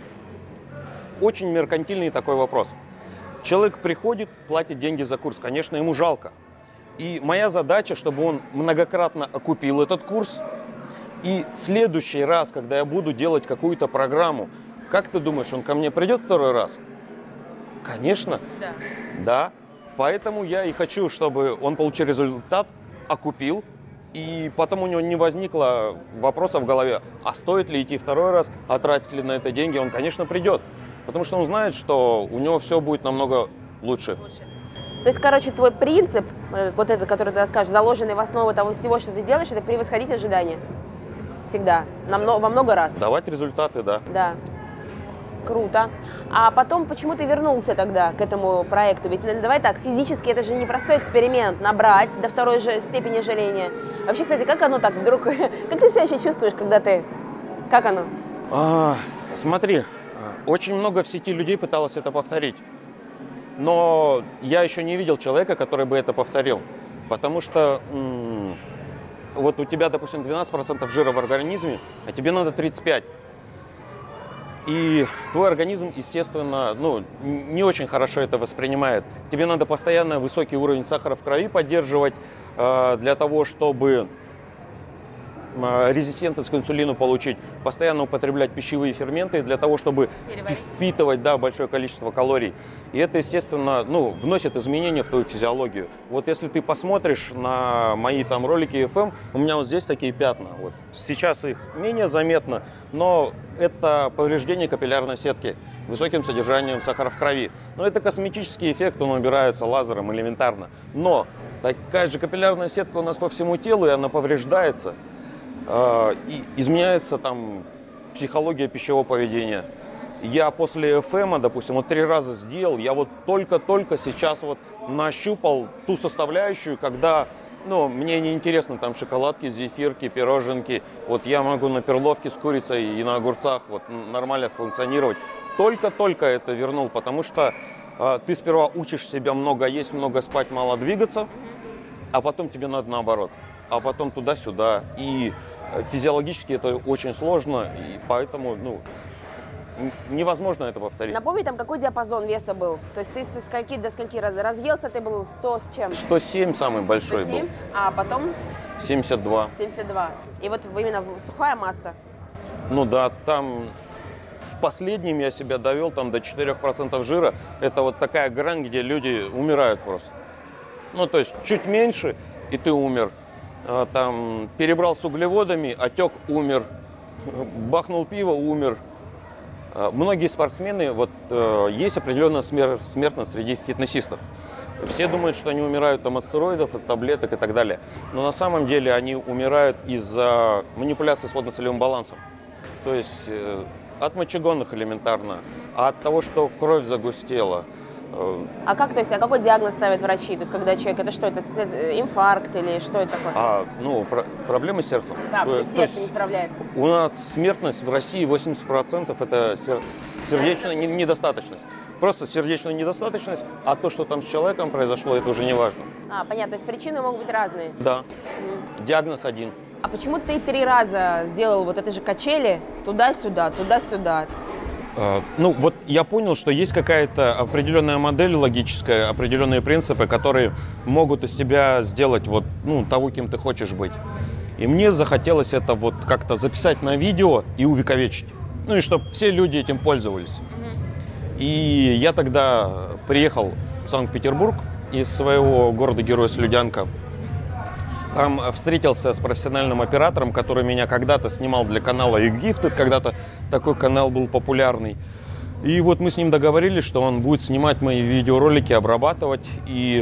очень меркантильный такой вопрос. Человек приходит, платит деньги за курс, конечно, ему жалко. И моя задача, чтобы он многократно окупил этот курс. И в следующий раз, когда я буду делать какую-то программу, как ты думаешь, он ко мне придет второй раз? Конечно. Да. Да. Поэтому я и хочу, чтобы он получил результат, окупил. И потом у него не возникло вопроса в голове, а стоит ли идти второй раз, а тратить ли на это деньги, он, конечно, придет. Потому что он знает, что у него все будет намного лучше. лучше. То есть, короче, твой принцип, вот этот, который ты расскажешь, заложенный в основу того всего, что ты делаешь, это превосходить ожидания. Всегда. Намного, во много раз. Давать результаты, да. Да. Круто. А потом, почему ты вернулся тогда к этому проекту? Ведь, давай так, физически это же непростой эксперимент, набрать до второй же степени ожирения. Вообще, кстати, как оно так вдруг, как ты себя сейчас чувствуешь, когда ты, как оно? А, смотри, очень много в сети людей пыталось это повторить. Но я еще не видел человека, который бы это повторил. Потому что м- вот у тебя, допустим, двенадцать процентов жира в организме, а тебе надо тридцать пять процентов. И твой организм, естественно, ну, не очень хорошо это воспринимает. Тебе надо постоянно высокий уровень сахара в крови поддерживать э, для того, чтобы э, резистентность к инсулину получить, постоянно употреблять пищевые ферменты для того, чтобы впитывать, да, большое количество калорий. И это, естественно, ну, вносит изменения в твою физиологию. Вот если ты посмотришь на мои там ролики эф эм, у меня вот здесь такие пятна. Вот. Сейчас их менее заметно, но это повреждение капиллярной сетки высоким содержанием сахара в крови. Но это косметический эффект, он убирается лазером элементарно. Но такая же капиллярная сетка у нас по всему телу, и она повреждается. Э, и изменяется там психология пищевого поведения. Я после эф эм, допустим, вот три раза сделал, я вот только-только сейчас вот нащупал ту составляющую, когда, ну, мне не интересно там шоколадки, зефирки, пироженки. Вот я могу на перловке с курицей и на огурцах вот нормально функционировать. Только-только это вернул, потому что э, ты сперва учишь себя много есть, много спать, мало двигаться, а потом тебе надо наоборот, а потом туда-сюда. И физиологически это очень сложно, и поэтому, ну, невозможно это повторить. Напомни, там какой диапазон веса был? То есть ты со скольки до скольки раз разъелся, ты был сто с чем? сто семь самый большой сто семь? был. А потом? семьдесят два. семьдесят два. И вот именно сухая масса? Ну да, там в последнем я себя довел там до четырёх процентов жира. Это вот такая грань, где люди умирают просто. Ну то есть чуть меньше, и ты умер. Там перебрал с углеводами, отек, умер. Бахнул пиво, умер. Многие спортсмены, вот есть определенная смертность среди фитнесистов. Все думают, что они умирают там, от стероидов, от таблеток и так далее. Но на самом деле они умирают из-за манипуляции с водно-солевым балансом. То есть э, от мочегонных элементарно, а от того, что кровь загустела. Э, а как, то есть, а какой диагноз ставят врачи? То есть, когда человек, это что, это инфаркт или что это такое? А, ну, про- проблемы с сердцем. Да, то есть сердце не справляется. У нас смертность в России восемьдесят процентов это сер- сердечная недостаточность. Просто сердечная недостаточность, а то, что там с человеком произошло, это уже не важно. А, понятно, то есть причины могут быть разные? Да, mm. Диагноз один. А почему ты три раза сделал вот это же качели туда-сюда, туда-сюда? Uh, ну, вот я понял, что есть какая-то определенная модель логическая, определенные принципы, которые могут из тебя сделать вот, ну, того, кем ты хочешь быть. И мне захотелось это вот как-то записать на видео и увековечить. Ну, и чтобы все люди этим пользовались. И я тогда приехал в Санкт-Петербург из своего города-героя Слюдянка. Там встретился с профессиональным оператором, который меня когда-то снимал для канала YouGifted, когда-то такой канал был популярный. И вот мы с ним договорились, что он будет снимать мои видеоролики, обрабатывать. И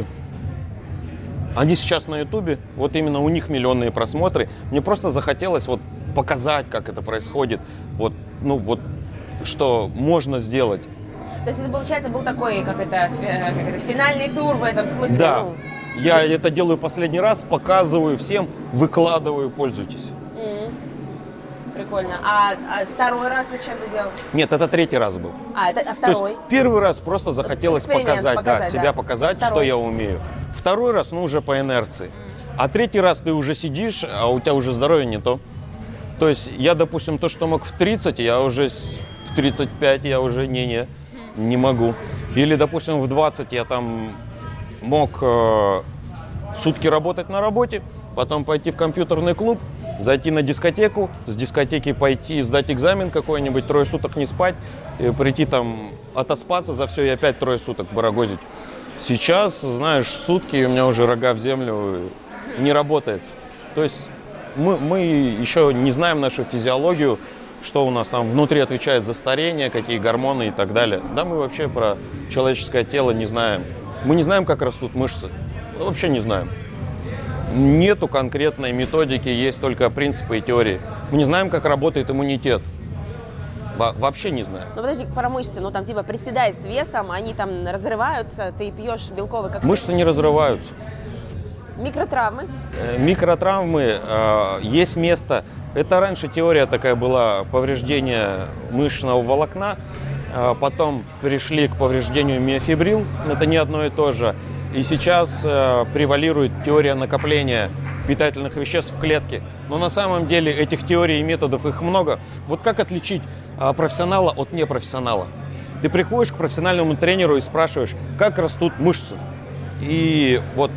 они сейчас на Ютубе, вот именно у них миллионные просмотры. Мне просто захотелось вот показать, как это происходит, вот, ну вот, что можно сделать. То есть это, получается, был такой, как это, как это финальный тур в этом смысле? Да. Ну... Я это делаю последний раз, показываю всем, выкладываю, пользуйтесь. Mm-hmm. Прикольно. А, а второй раз зачем ты делал? Нет, это третий раз был. А, это а второй? То есть первый раз просто захотелось показать, показать, да, себя да. показать, что я умею. Второй раз, ну, уже по инерции. Mm-hmm. А третий раз ты уже сидишь, а у тебя уже здоровье не то. То есть я, допустим, то, что мог в тридцать, я уже в тридцать пять, я уже не-не, не могу. Или, допустим, в двадцать я там... мог э, сутки работать на работе, потом пойти в компьютерный клуб, зайти на дискотеку, с дискотеки пойти сдать экзамен какой-нибудь, трое суток не спать, и прийти там отоспаться за все и опять трое суток барагозить. Сейчас, знаешь, сутки, и у меня уже рога в землю, не работает. То есть мы, мы еще не знаем нашу физиологию, что у нас там внутри отвечает за старение, какие гормоны и так далее. Да, мы вообще про человеческое тело не знаем. Мы не знаем, как растут мышцы. Вообще не знаем. Нету конкретной методики, есть только принципы и теории. Мы не знаем, как работает иммунитет. Во- вообще не знаем. Ну подожди, про мышцы, ну там типа приседай с весом, они там разрываются, ты пьешь белковый коктейль. Мышцы не разрываются. Микротравмы? Э, Микротравмы, э, есть место. Это раньше теория такая была, повреждение мышечного волокна. Потом перешли к повреждению миофибрил, это не одно и то же. И сейчас э, превалирует теория накопления. питательных веществ в клетке. Но на самом деле этих теорий и методов их много. Вот как отличить а, профессионала от непрофессионала? Ты приходишь к профессиональному тренеру и спрашиваешь, как растут мышцы. И вот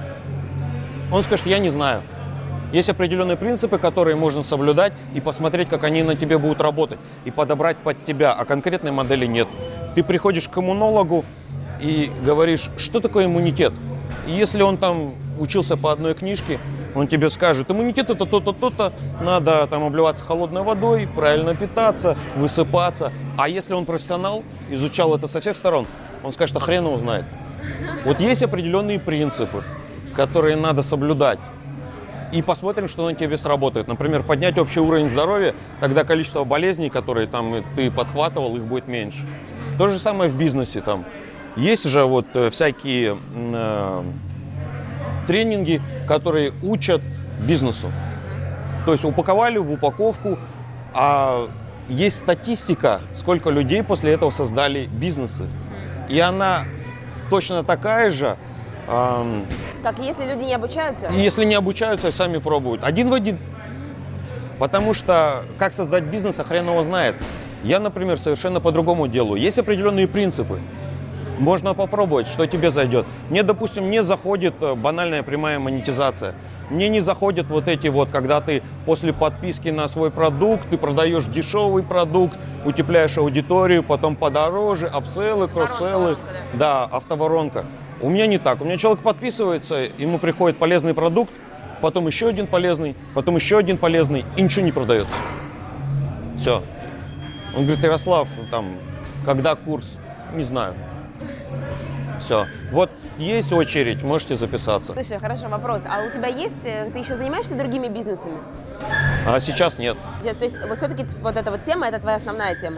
он скажет, я не знаю. Есть определенные принципы, которые можно соблюдать и посмотреть, как они на тебе будут работать, и подобрать под тебя, а конкретной модели нет. Ты приходишь к иммунологу и говоришь, что такое иммунитет. И если он там учился по одной книжке, он тебе скажет, иммунитет это то-то, то-то, надо там обливаться холодной водой, правильно питаться, высыпаться. А если он профессионал, изучал это со всех сторон, он скажет, а хрен его знает. Вот есть определенные принципы, которые надо соблюдать. И посмотрим, что на тебе сработает. Например, поднять общий уровень здоровья, тогда количество болезней, которые там ты подхватывал, их будет меньше. То же самое в бизнесе. Там. Есть же вот всякие э, тренинги, которые учат бизнесу. То есть упаковали в упаковку, а есть статистика, сколько людей после этого создали бизнесы. И она точно такая же. Э, Как если люди не обучаются? Если не обучаются, сами пробуют. Один в один. Потому что как создать бизнес, а хрен его знает. Я, например, совершенно по-другому делаю. Есть определенные принципы. Можно попробовать, что тебе зайдет. Мне, допустим, не заходит банальная прямая монетизация. Мне не заходят вот эти вот, когда ты после подписки на свой продукт, ты продаешь дешевый продукт, утепляешь аудиторию, потом подороже, апселлы, кросселлы. Да, автоворонка. У меня не так. У меня человек подписывается, ему приходит полезный продукт, потом еще один полезный, потом еще один полезный, и ничего не продается. Все. Он говорит, Ярослав, там, когда курс? Не знаю. Все. Вот есть очередь, можете записаться. Слушай, хорошо, вопрос. А у тебя есть, ты еще занимаешься другими бизнесами? А сейчас нет. То есть вот все-таки вот эта вот тема, это твоя основная тема?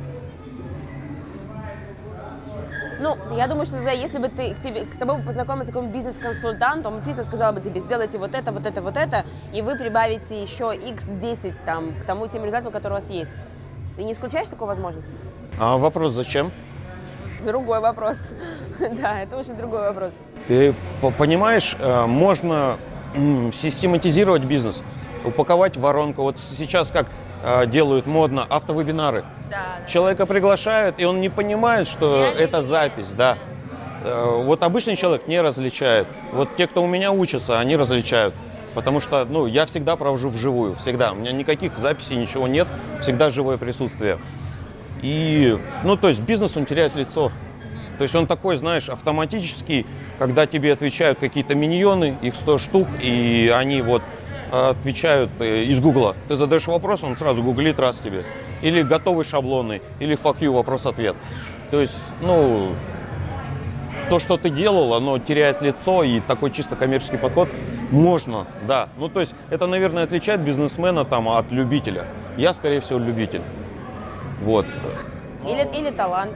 Ну, я думаю, что если бы ты, к тебе, с тобой познакомился какой-нибудь бизнес-консультант, он действительно сказал бы тебе, сделайте вот это, вот это, вот это, и вы прибавите еще икс десять там, к тому тем результатам, которые у вас есть. Ты не исключаешь такую возможность? А вопрос зачем? Другой вопрос. Да, это уже другой вопрос. Ты понимаешь, можно систематизировать бизнес, упаковать в воронку. Вот сейчас как делают модно автовебинары. Да. Человека приглашают, и он не понимает, что Реально это видно. запись, да. Вот обычный человек не различает. Вот те, кто у меня учатся, они различают. Потому что, ну, я всегда провожу вживую, всегда. У меня никаких записей, ничего нет, всегда живое присутствие. И, ну, то есть бизнес, он теряет лицо. То есть он такой, знаешь, автоматический, когда тебе отвечают какие-то миньоны, их сто штук, и они вот отвечают из Гугла. Ты задаешь вопрос, он сразу гуглит раз тебе. Или готовые шаблоны, или fuck you, вопрос-ответ. То есть, ну, то, что ты делал, оно теряет лицо, и такой чисто коммерческий подход можно, да. Ну, то есть, это, наверное, отличает бизнесмена там от любителя. Я, скорее всего, любитель. Вот. Или, или талант.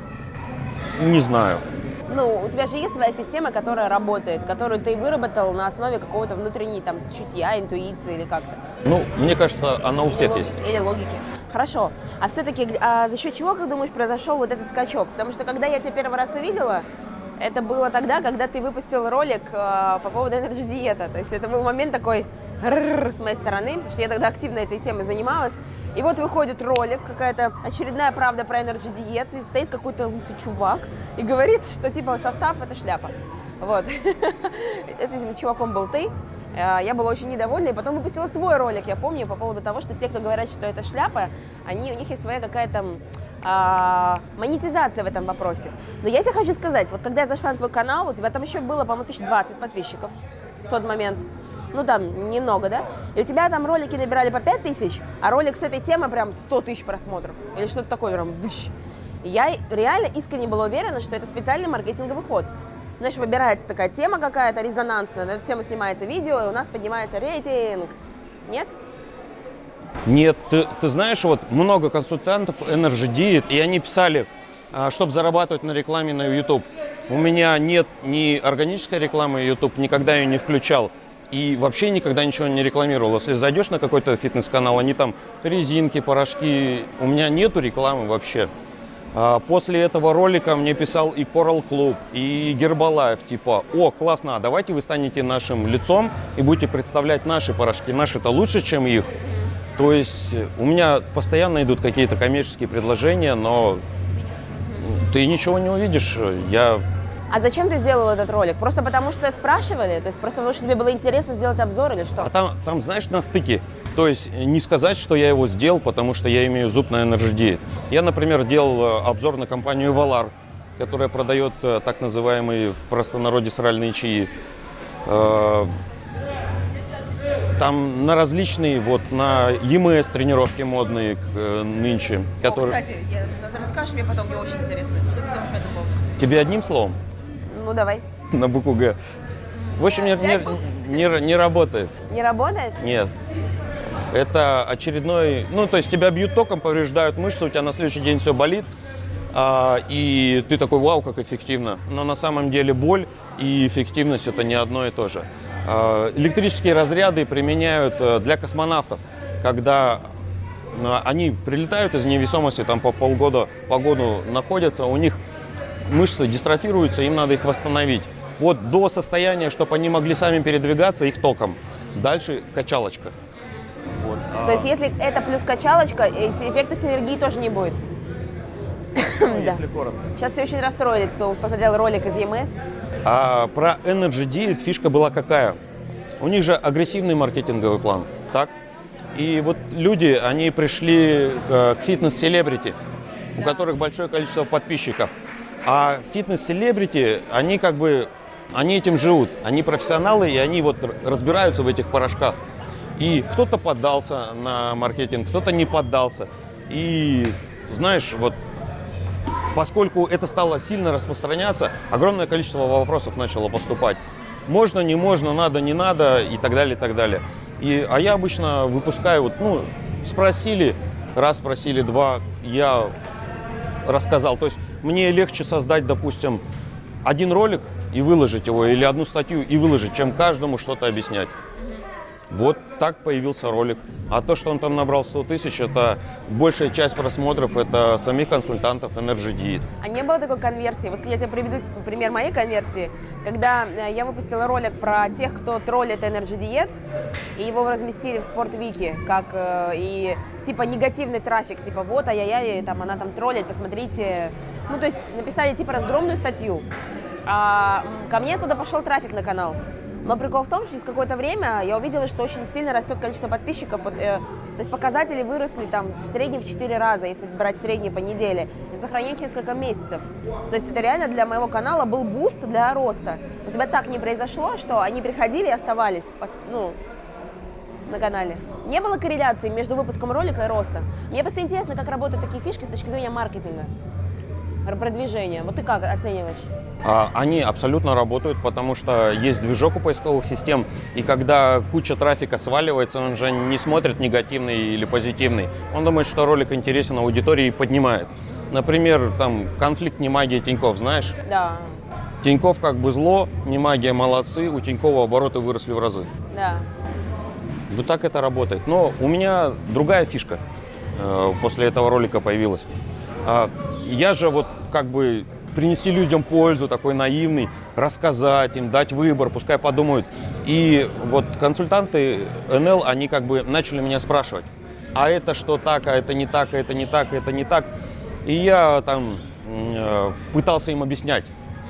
Не знаю. Ну, у тебя же есть своя система, которая работает, которую ты выработал на основе какого-то внутренней там чутья, интуиции или как-то. Ну, мне кажется, она у Или всех лог- есть. Или логики. Хорошо. А все-таки а за счет чего, как думаешь, произошел вот этот скачок? Потому что когда я тебя первый раз увидела, это было тогда, когда ты выпустил ролик э, по поводу Energy диета. То есть это был момент такой с моей стороны, потому что я тогда активно этой темой занималась. И вот выходит ролик, какая-то очередная правда про Energy диет, и стоит какой-то лысый чувак и говорит, что типа состав это шляпа. Вот. Этим чуваком был ты. Я была очень недовольна, и потом выпустила свой ролик, я помню, по поводу того, что все, кто говорят, что это шляпа, они, у них есть своя какая-то а, монетизация в этом вопросе. Но я тебе хочу сказать, вот когда я зашла на твой канал, у тебя там еще было, по-моему, тысяч двадцать подписчиков в тот момент. Ну там, немного, да? И у тебя там ролики набирали по пять тысяч, а ролик с этой темы прям сто тысяч просмотров. Или что-то такое прям выщ. И я реально искренне была уверена, что это специальный маркетинговый ход. Знаешь, выбирается такая тема какая-то резонансная, на эту тему снимается видео, и у нас поднимается рейтинг. Нет? Нет, ты, ты знаешь, вот много консультантов Energy диет, и они писали, чтобы зарабатывать на рекламе на YouTube. У меня нет ни органической рекламы YouTube, никогда ее не включал. И вообще никогда ничего не рекламировал. Если зайдешь на какой-то фитнес-канал, они там резинки, порошки. У меня нету рекламы вообще. После этого ролика мне писал и Coral Club, и Herbalife, типа, о, классно, а давайте вы станете нашим лицом и будете представлять наши порошки. Наши-то лучше, чем их. То есть у меня постоянно идут какие-то коммерческие предложения, но ты ничего не увидишь. Я... А зачем ты сделал этот ролик? Просто потому что спрашивали? То есть просто потому что тебе было интересно сделать обзор или что? А там, там, знаешь, на стыке. То есть не сказать, что я его сделал, потому что я имею зуб на Energy Diet. Я, например, делал обзор на компанию Valar, которая продает так называемые в простонародье сральные чаи. Там на различные, вот на и эм эс тренировки модные нынче. О, которые... кстати, я, расскажешь мне потом, мне очень интересно. Что ты думаешь по этому поводу? Тебе одним словом? Ну, давай. На букву Г. В общем, не, не, не, не работает. Не работает? Нет. Это очередной... Ну, то есть тебя бьют током, повреждают мышцы, у тебя на следующий день все болит, а, и ты такой, вау, как эффективно. Но на самом деле боль и эффективность – это не одно и то же. А, электрические разряды применяют для космонавтов, когда они прилетают из невесомости, там по полгода по году находятся, у них мышцы дистрофируются, им надо их восстановить. Вот до состояния, чтобы они могли сами передвигаться, их током. Дальше качалочка. Вот. То есть если это плюс качалочка, эффекта синергии тоже не будет? Ну, если коротко. Сейчас все очень расстроились, кто посмотрел ролик из и эм эс. А про Energy Diet фишка была какая? У них же агрессивный маркетинговый план, так? И вот люди, они пришли к фитнес-селебрити, у которых большое количество подписчиков. А фитнес-селебрити, они как бы, они этим живут. Они профессионалы, и они вот разбираются в этих порошках. И кто-то поддался на маркетинг, кто-то не поддался. И знаешь, вот поскольку это стало сильно распространяться, огромное количество вопросов начало поступать. Можно, не можно, надо, не надо и так далее, и так далее. И, а я обычно выпускаю, вот, ну, спросили, раз спросили, два, я рассказал. То есть мне легче создать, допустим, один ролик и выложить его, или одну статью и выложить, чем каждому что-то объяснять. Вот так появился ролик. А то, что он там набрал сто тысяч, это большая часть просмотров, это самих консультантов Energy Diet. А не было такой конверсии? Вот я тебе приведу пример моей конверсии. Когда я выпустила ролик про тех, кто троллит Energy Diet, и его разместили в Спортвике, как и типа негативный трафик, типа вот, ай-яй-яй, там она там троллит, посмотрите. Ну, то есть написали типа разгромную статью. А ко мне туда пошел трафик на канал. Но прикол в том, что через какое-то время я увидела, что очень сильно растет количество подписчиков. Вот, э, то есть показатели выросли там в среднем в четыре раза, если брать средние по неделе, и сохранять несколько месяцев. То есть это реально для моего канала был буст для роста. У тебя так не произошло, что они приходили и оставались ну, на канале? Не было корреляции между выпуском ролика и ростом. Мне просто интересно, как работают такие фишки с точки зрения маркетинга, продвижения. Вот ты как оцениваешь? Они абсолютно работают, потому что есть движок у поисковых систем, и когда куча трафика сваливается, он же не смотрит негативный или позитивный. Он думает, что ролик интересен аудитории и поднимает. Например, там конфликт не магия Тинькофф, знаешь? Да. Тинькофф как бы зло, не магия молодцы, у Тинькова обороты выросли в разы. Да. Вот так это работает. Но у меня другая фишка э, после этого ролика появилась. Э, я же вот как бы принести людям пользу, такой наивный, рассказать им, дать выбор, пускай подумают. И вот консультанты эн эл, они как бы начали меня спрашивать, а это что так, а это не так, а это не так, а это не так. И я там э, пытался им объяснять.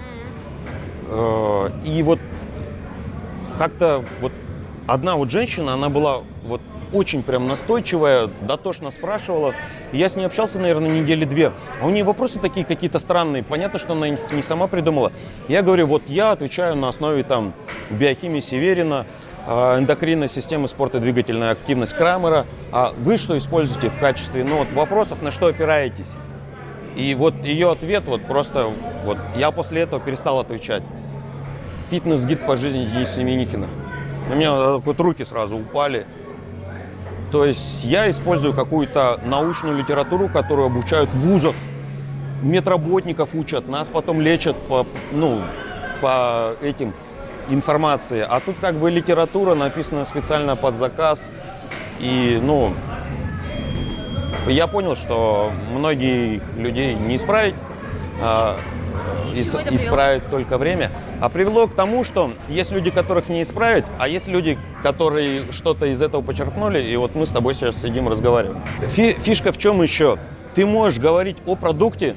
Э, и вот как-то вот одна вот женщина, она была вот очень прям настойчивая, дотошно спрашивала. Я с ней общался, наверное, недели две. А у нее вопросы такие какие-то странные. Понятно, что она их не сама придумала. Я говорю, вот я отвечаю на основе там биохимии Северина, эндокринной системы спорта, двигательная активность Крамера. А вы что используете в качестве, ну вот вопросов, на что опираетесь? И вот ее ответ вот просто, вот я после этого перестал отвечать. Фитнес-гид по жизни Дениса Семенихина. У меня вот руки сразу упали. То есть я использую какую-то научную литературу, которую обучают в вузах. Медработников учат, нас потом лечат по, ну, по этим информации. А тут как бы литература, написанная специально под заказ. И, ну, Я понял, что многих людей не исправить, а ис- исправить только время. А привело к тому, что есть люди, которых не исправить, а есть люди, которые что-то из этого почерпнули, и вот мы с тобой сейчас сидим, разговариваем. Фи- фишка в чем еще? Ты можешь говорить о продукте,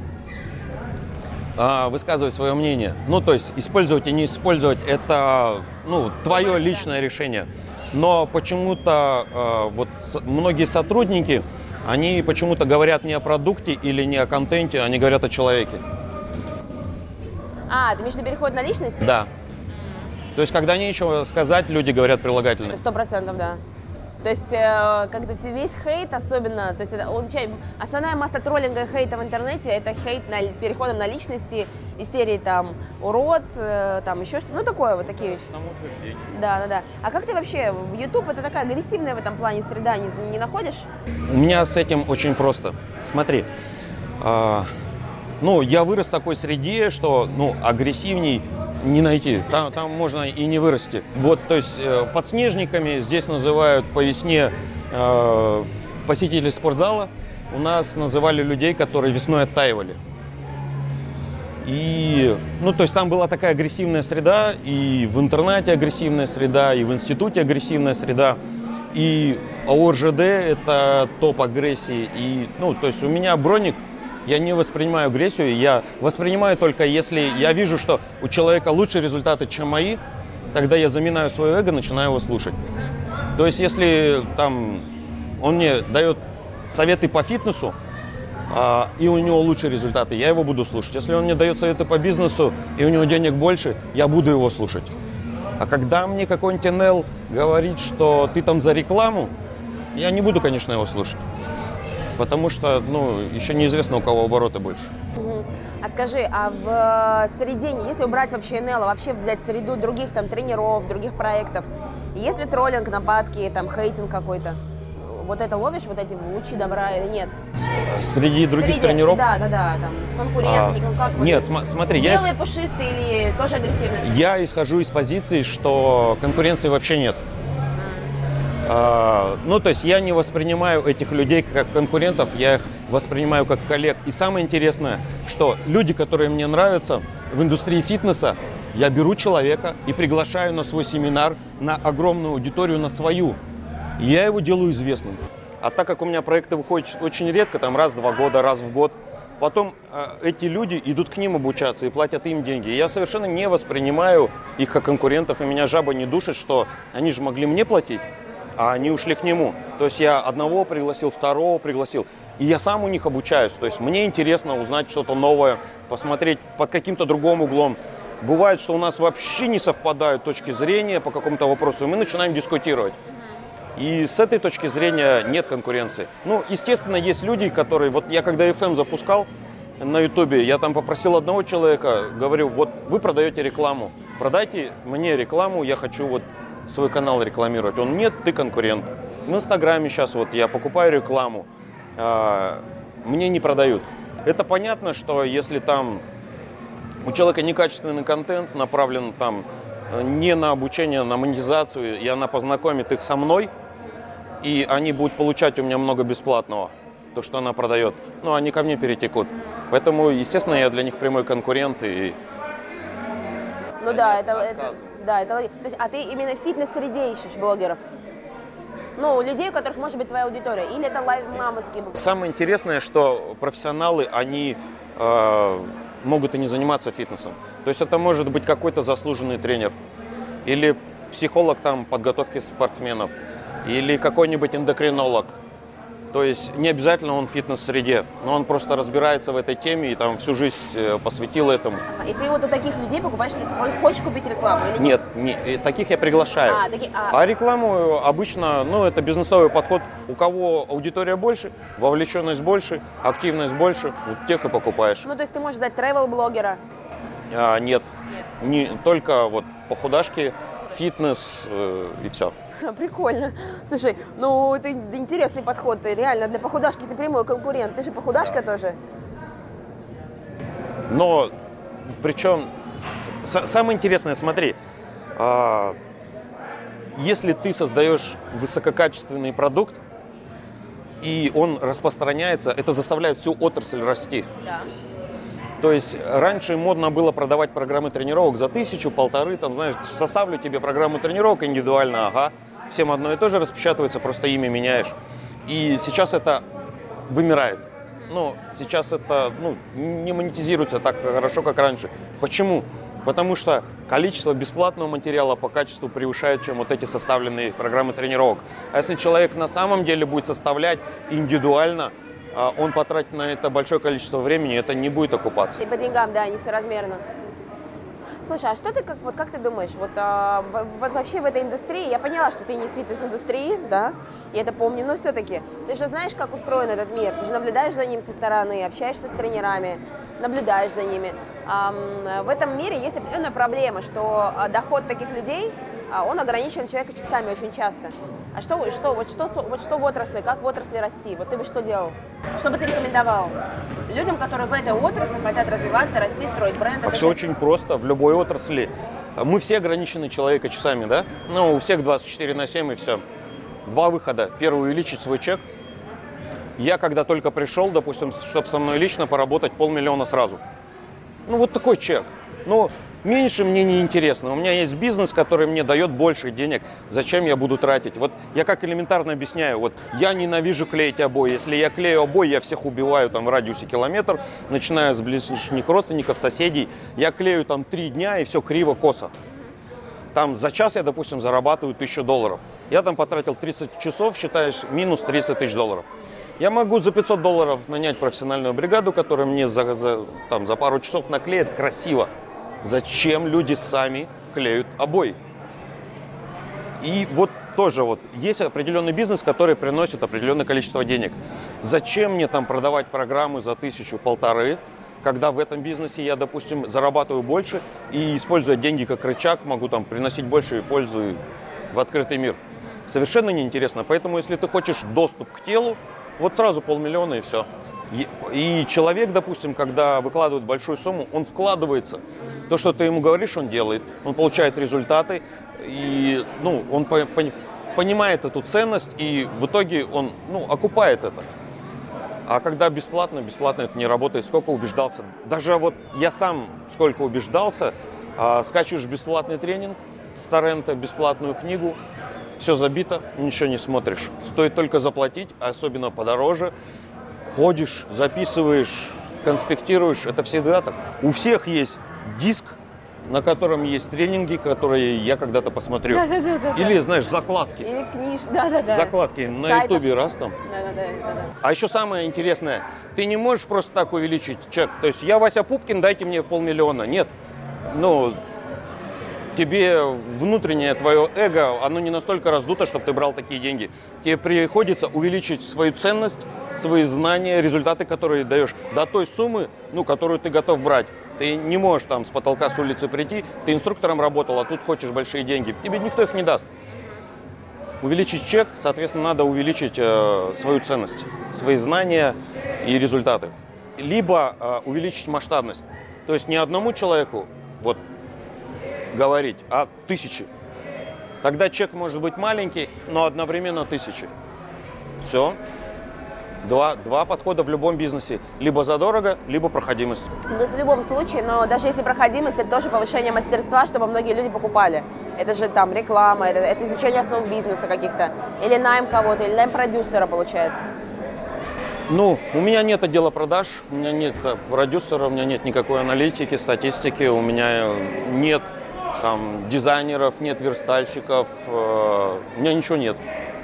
а, высказывать свое мнение. Ну, то есть использовать и не использовать – это, ну, твое личное решение. Но почему-то э, вот многие сотрудники, они почему-то говорят не о продукте или не о контенте, они говорят о человеке. А, ты имеешь в виду переход на личность? Да. То есть, когда нечего сказать, люди говорят прилагательные. Сто процентов, да. То есть, э, когда весь хейт, особенно, то есть это, он, основная масса троллинга и хейта в интернете, это хейт на, переходом на личности, из серии там урод, э, там еще что-то, ну такое вот такие. Самоутверждение. Да, да, да. А как ты вообще, в YouTube это такая агрессивная в этом плане среда, не, не находишь? У меня с этим очень просто. Смотри, э, ну, я вырос в такой среде, что, ну, агрессивней не найти, там, там можно и не вырасти. Вот, то есть э, подснежниками здесь называют по весне э, посетителей спортзала. У нас называли людей, которые весной оттаивали. И, ну, то есть там была такая агрессивная среда, и в интернете агрессивная среда, и в институте агрессивная среда. И ОРЖД – это топ агрессии. И, ну, то есть у меня броник. Я не воспринимаю агрессию, я воспринимаю только если я вижу, что у человека лучшие результаты, чем мои, тогда я заминаю свое эго, начинаю его слушать. То есть если там он мне дает советы по фитнесу, а, и у него лучшие результаты, я его буду слушать. Если он мне дает советы по бизнесу, и у него денег больше, я буду его слушать. А когда мне какой-нибудь эн эл говорит, что ты там за рекламу, я не буду, конечно, его слушать. Потому что, ну, еще неизвестно, у кого обороты больше. Угу. А скажи, а в среде, если убрать вообще эн эл, а вообще взять среду других там тренеров, других проектов, есть ли троллинг, нападки, там, хейтинг какой-то? Вот это ловишь, вот эти лучи добра или нет? Среди других Среди, тренеров? Да, да, да, там, конкуренты, а, ну, как вот нет, см- смотри, я... Белые, пушистые или тоже агрессивные? Я исхожу из позиции, что конкуренции вообще нет. А, ну, то есть я не воспринимаю этих людей как конкурентов, я их воспринимаю как коллег. И самое интересное, что люди, которые мне нравятся в индустрии фитнеса, я беру человека и приглашаю на свой семинар, на огромную аудиторию, на свою. И я его делаю известным. А так как у меня проекты выходят очень редко, там раз в два года, раз в год, потом э, эти люди идут к ним обучаться и платят им деньги. И я совершенно не воспринимаю их как конкурентов, и меня жаба не душит, что они же могли мне платить, а они ушли к нему. То есть я одного пригласил, второго пригласил. И я сам у них обучаюсь. То есть мне интересно узнать что-то новое, посмотреть под каким-то другим углом. Бывает, что у нас вообще не совпадают точки зрения по какому-то вопросу, и мы начинаем дискутировать. И с этой точки зрения нет конкуренции. Ну, естественно, есть люди, которые... Вот я когда эф эм запускал на ютубе, я там попросил одного человека, говорю, вот вы продаете рекламу, продайте мне рекламу, я хочу вот свой канал рекламировать. Он: нет, ты конкурент. В инстаграме сейчас вот я покупаю рекламу, а, мне не продают. Это понятно, что если там у человека некачественный контент направлен там не на обучение, а на монетизацию, и она познакомит их со мной, и они будут получать у меня много бесплатного, то, что она продает, ну, они ко мне перетекут. Поэтому, естественно, я для них прямой конкурент. И... Ну да, это, это, да, это... То есть, а ты именно в фитнес-среде ищешь блогеров? Ну, людей, у которых может быть твоя аудитория? Или это лайв-мамовские? Самое интересное, что профессионалы, они э, могут и не заниматься фитнесом. То есть это может быть какой-то заслуженный тренер, или психолог там подготовки спортсменов, или какой-нибудь эндокринолог. То есть не обязательно он в фитнес-среде, но он просто разбирается в этой теме и там всю жизнь посвятил этому. И ты вот у таких людей покупаешь, хочешь купить рекламу или нет? Нет, не, таких я приглашаю. А, таки, а... а рекламу обычно, ну, это бизнесовый подход. У кого аудитория больше, вовлеченность больше, активность больше, вот тех и покупаешь. Ну, то есть ты можешь взять travel-блогера? А, нет, нет. Не, только вот по худашке, фитнес э, и все. Прикольно. Слушай, ну это интересный подход. Ты реально для похудашки ты прямой конкурент. Ты же похудашка тоже. Но причем с- самое интересное, смотри, э, если ты создаешь высококачественный продукт, и он распространяется, это заставляет всю отрасль расти. Да. То есть раньше модно было продавать программы тренировок за тысячу, полторы, там, знаешь, составлю тебе программу тренировок индивидуально, ага, всем одно и то же распечатывается, просто имя меняешь. И сейчас это вымирает. Ну, сейчас это ну, не монетизируется так хорошо, как раньше. Почему? Потому что количество бесплатного материала по качеству превышает, чем вот эти составленные программы тренировок. А если человек на самом деле будет составлять индивидуально, он потратит на это большое количество времени, это не будет окупаться. И по деньгам, да, несоразмерно. Слушай, а что ты, как, вот как ты думаешь, вот, а, вот вообще в этой индустрии, я поняла, что ты не из фитнес-индустрии, да, я это помню, но все-таки, ты же знаешь, как устроен этот мир, ты же наблюдаешь за ним со стороны, общаешься с тренерами, наблюдаешь за ними. А, в этом мире есть определенная проблема, что доход таких людей, он ограничен человека часами очень часто. А что, что, вот что, вот что в отрасли, как в отрасли расти? Вот ты бы что делал? Что бы ты рекомендовал людям, которые в этой отрасли хотят развиваться, расти, строить бренд? А все очень просто в любой отрасли. Мы все ограничены человека часами, да? Ну, у всех двадцать четыре на семь и все. Два выхода. Первый — увеличить свой чек. Я когда только пришел, допустим, чтобы со мной лично поработать, полмиллиона сразу. Ну, вот такой чек. Ну, меньше мне не интересно. У меня есть бизнес, который мне дает больше денег. Зачем я буду тратить? Вот я как элементарно объясняю. Вот я ненавижу клеить обои. Если я клею обои, я всех убиваю там в радиусе километр, начиная с ближних родственников, соседей. Я клею там три дня, и все криво, косо. Там за час я, допустим, зарабатываю тысячу долларов. Я там потратил тридцать часов, считаешь, минус тридцать тысяч долларов. Я могу за пятьсот долларов нанять профессиональную бригаду, которая мне за, за, там, за пару часов наклеит красиво. Зачем люди сами клеют обои? И вот тоже вот есть определенный бизнес, который приносит определенное количество денег. Зачем мне там продавать программы за тысячу, полторы, когда в этом бизнесе я, допустим, зарабатываю больше и, используя деньги как рычаг, могу там приносить больше пользы в открытый мир? Совершенно неинтересно. Поэтому, если ты хочешь доступ к телу, вот сразу полмиллиона и все. И, и человек, допустим, когда выкладывает большую сумму, он вкладывается. То, что ты ему говоришь, он делает. Он получает результаты, и ну, он по, по, понимает эту ценность, и в итоге он ну, окупает это. А когда бесплатно, бесплатно это не работает. Сколько убеждался. Даже вот я сам сколько убеждался, а, скачиваешь бесплатный тренинг с торрента, бесплатную книгу, все забито, ничего не смотришь. Стоит только заплатить, особенно подороже. Ходишь, записываешь, конспектируешь. Это всегда так. У всех есть диск, на котором есть тренинги, которые я когда-то посмотрю. Да, да, да, да, Или, да. знаешь, закладки. Или книжки, да-да-да. Закладки на ютубе раз там. Да-да-да. А еще самое интересное, ты не можешь просто так увеличить чек. То есть я Вася Пупкин, дайте мне полмиллиона. Нет. Ну, тебе внутреннее твое эго, оно не настолько раздуто, чтобы ты брал такие деньги. Тебе приходится увеличить свою ценность, свои знания, результаты, которые даешь, до той суммы, ну, которую ты готов брать. Ты не можешь там с потолка, с улицы прийти, ты инструктором работал, а тут хочешь большие деньги. Тебе никто их не даст. Увеличить чек, соответственно, надо увеличить э, свою ценность, свои знания и результаты. Либо э, увеличить масштабность. То есть не одному человеку вот, говорить, а тысячи. Тогда чек может быть маленький, но одновременно тысячи. Все. Два, два подхода в любом бизнесе. Либо задорого, либо проходимость. То есть в любом случае, но даже если проходимость, это тоже повышение мастерства, чтобы многие люди покупали. Это же там реклама, это, это изучение основ бизнеса каких-то. Или найм кого-то, или найм продюсера получается. Ну, у меня нет отдела продаж, у меня нет продюсера, у меня нет никакой аналитики, статистики, у меня нет там дизайнеров, нет верстальщиков, э, у меня ничего нет.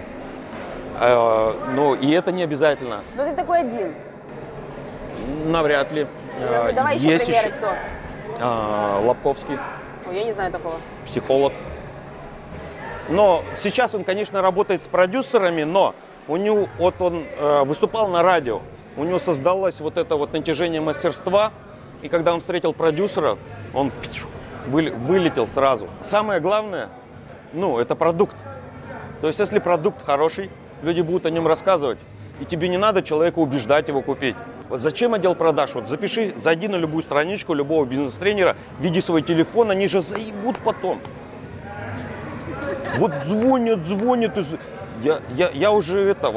Э, ну, и это не обязательно. Но ты такой один. Навряд ли. Ну, давай еще Есть примеры, еще, кто? э, Лобковский, Ой, я не знаю такого. психолог. Но сейчас он, конечно, работает с продюсерами, но у него, вот он э, выступал на радио, у него создалось вот это вот натяжение мастерства, и когда он встретил продюсера, он вы, вылетел сразу. Самое главное, ну, это продукт. То есть, если продукт хороший, люди будут о нем рассказывать, и тебе не надо человека убеждать его купить. Вот зачем отдел продаж? Вот запиши, зайди на любую страничку любого бизнес-тренера, введи свой телефон, они же заебут потом. Вот звонят, звонят. Я, я, я уже это вот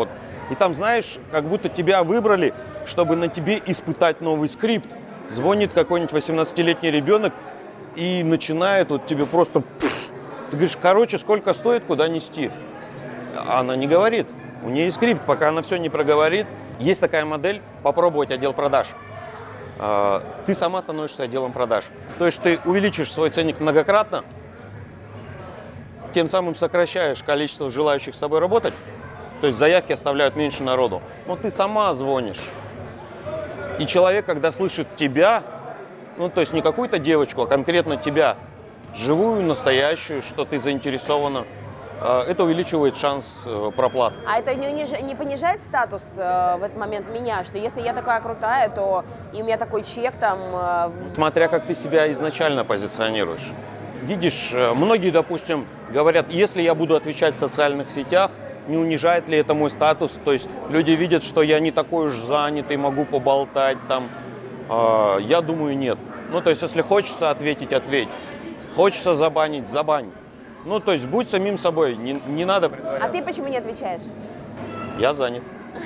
И там, знаешь, как будто тебя выбрали, чтобы на тебе испытать новый скрипт. Звонит какой-нибудь восемнадцатилетний ребенок и начинает вот тебе просто... Ты говоришь, короче, сколько стоит, куда нести? Она не говорит. У нее есть скрипт, пока она все не проговорит. Есть такая модель, попробовать отдел продаж. Ты сама становишься отделом продаж. То есть ты увеличишь свой ценник многократно, тем самым сокращаешь количество желающих с тобой работать. То есть заявки оставляют меньше народу. Но ты сама звонишь. И человек, когда слышит тебя, ну то есть не какую-то девочку, а конкретно тебя, живую, настоящую, что ты заинтересована, это увеличивает шанс проплат. А это не, униж... не понижает статус э, в этот момент меня, что если я такая крутая, то и у меня такой чек там... Э... Смотря как ты себя изначально позиционируешь. Видишь, многие, допустим, говорят, если я буду отвечать в социальных сетях, не унижает ли это мой статус? То есть люди видят, что я не такой уж занятый, могу поболтать там. Э, я думаю, нет. Ну, то есть, если хочется ответить, ответь. Хочется забанить, забань. Ну, то есть, будь самим собой, не, не надо притворяться. А ты почему не отвечаешь? Я занят.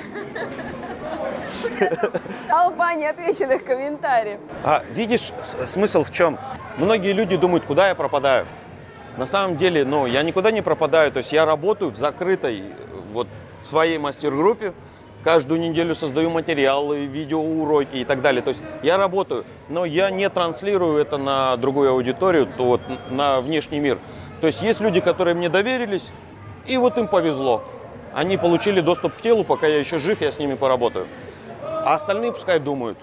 Толпа неотвеченных комментариев. А видишь, смысл в чем? Многие люди думают, куда я пропадаю. На самом деле, ну, я никуда не пропадаю. То есть, я работаю в закрытой, вот, в своей мастер-группе. Каждую неделю создаю материалы, видеоуроки и так далее. То есть я работаю, но я не транслирую это на другую аудиторию, то вот на внешний мир. То есть есть люди, которые мне доверились, и вот им повезло. Они получили доступ к телу, пока я еще жив, я с ними поработаю. А остальные пускай думают.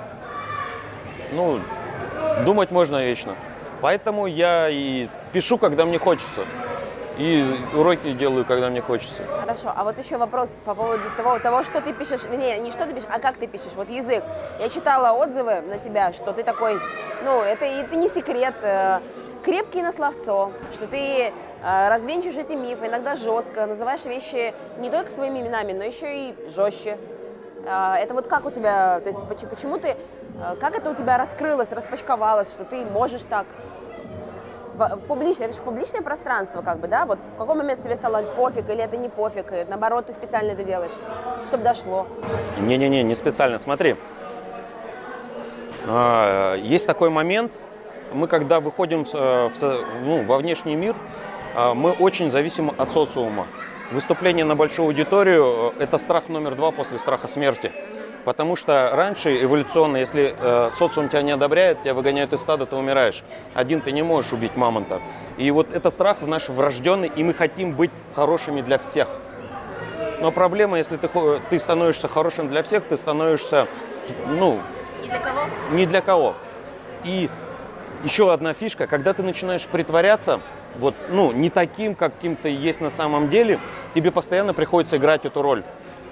Ну, думать можно вечно. Поэтому я и пишу, когда мне хочется. И уроки делаю, когда мне хочется. Хорошо, а вот еще вопрос по поводу того, того, что ты пишешь, не, не что ты пишешь, а как ты пишешь, вот язык. Я читала отзывы на тебя, что ты такой, ну, это, это не секрет, э, крепкий на словцо, что ты э, развенчиваешь эти мифы, иногда жестко, называешь вещи не только своими именами, но еще и жестче. Э, это вот как у тебя, то есть почему, почему ты, э, как это у тебя раскрылось, распачковалось, что ты можешь так? Публичное, это же публичное пространство, как бы, да? Вот в какой момент тебе стало пофиг, или это не пофиг, и наоборот, ты специально это делаешь, чтобы дошло? Не-не-не, не специально. Смотри, есть такой момент, мы когда выходим в, в, ну, во внешний мир, мы очень зависим от социума. Выступление на большую аудиторию – это страх номер два после страха смерти. Потому что раньше эволюционно, если э, социум тебя не одобряет, тебя выгоняют из стада, ты умираешь. Один ты не можешь убить мамонта. И вот это страх наш врожденный, и мы хотим быть хорошими для всех. Но проблема, если ты, ты становишься хорошим для всех, ты становишься, ну... Не для кого? Не для кого. И еще одна фишка, когда ты начинаешь притворяться, вот, ну, не таким, каким ты есть на самом деле, тебе постоянно приходится играть эту роль.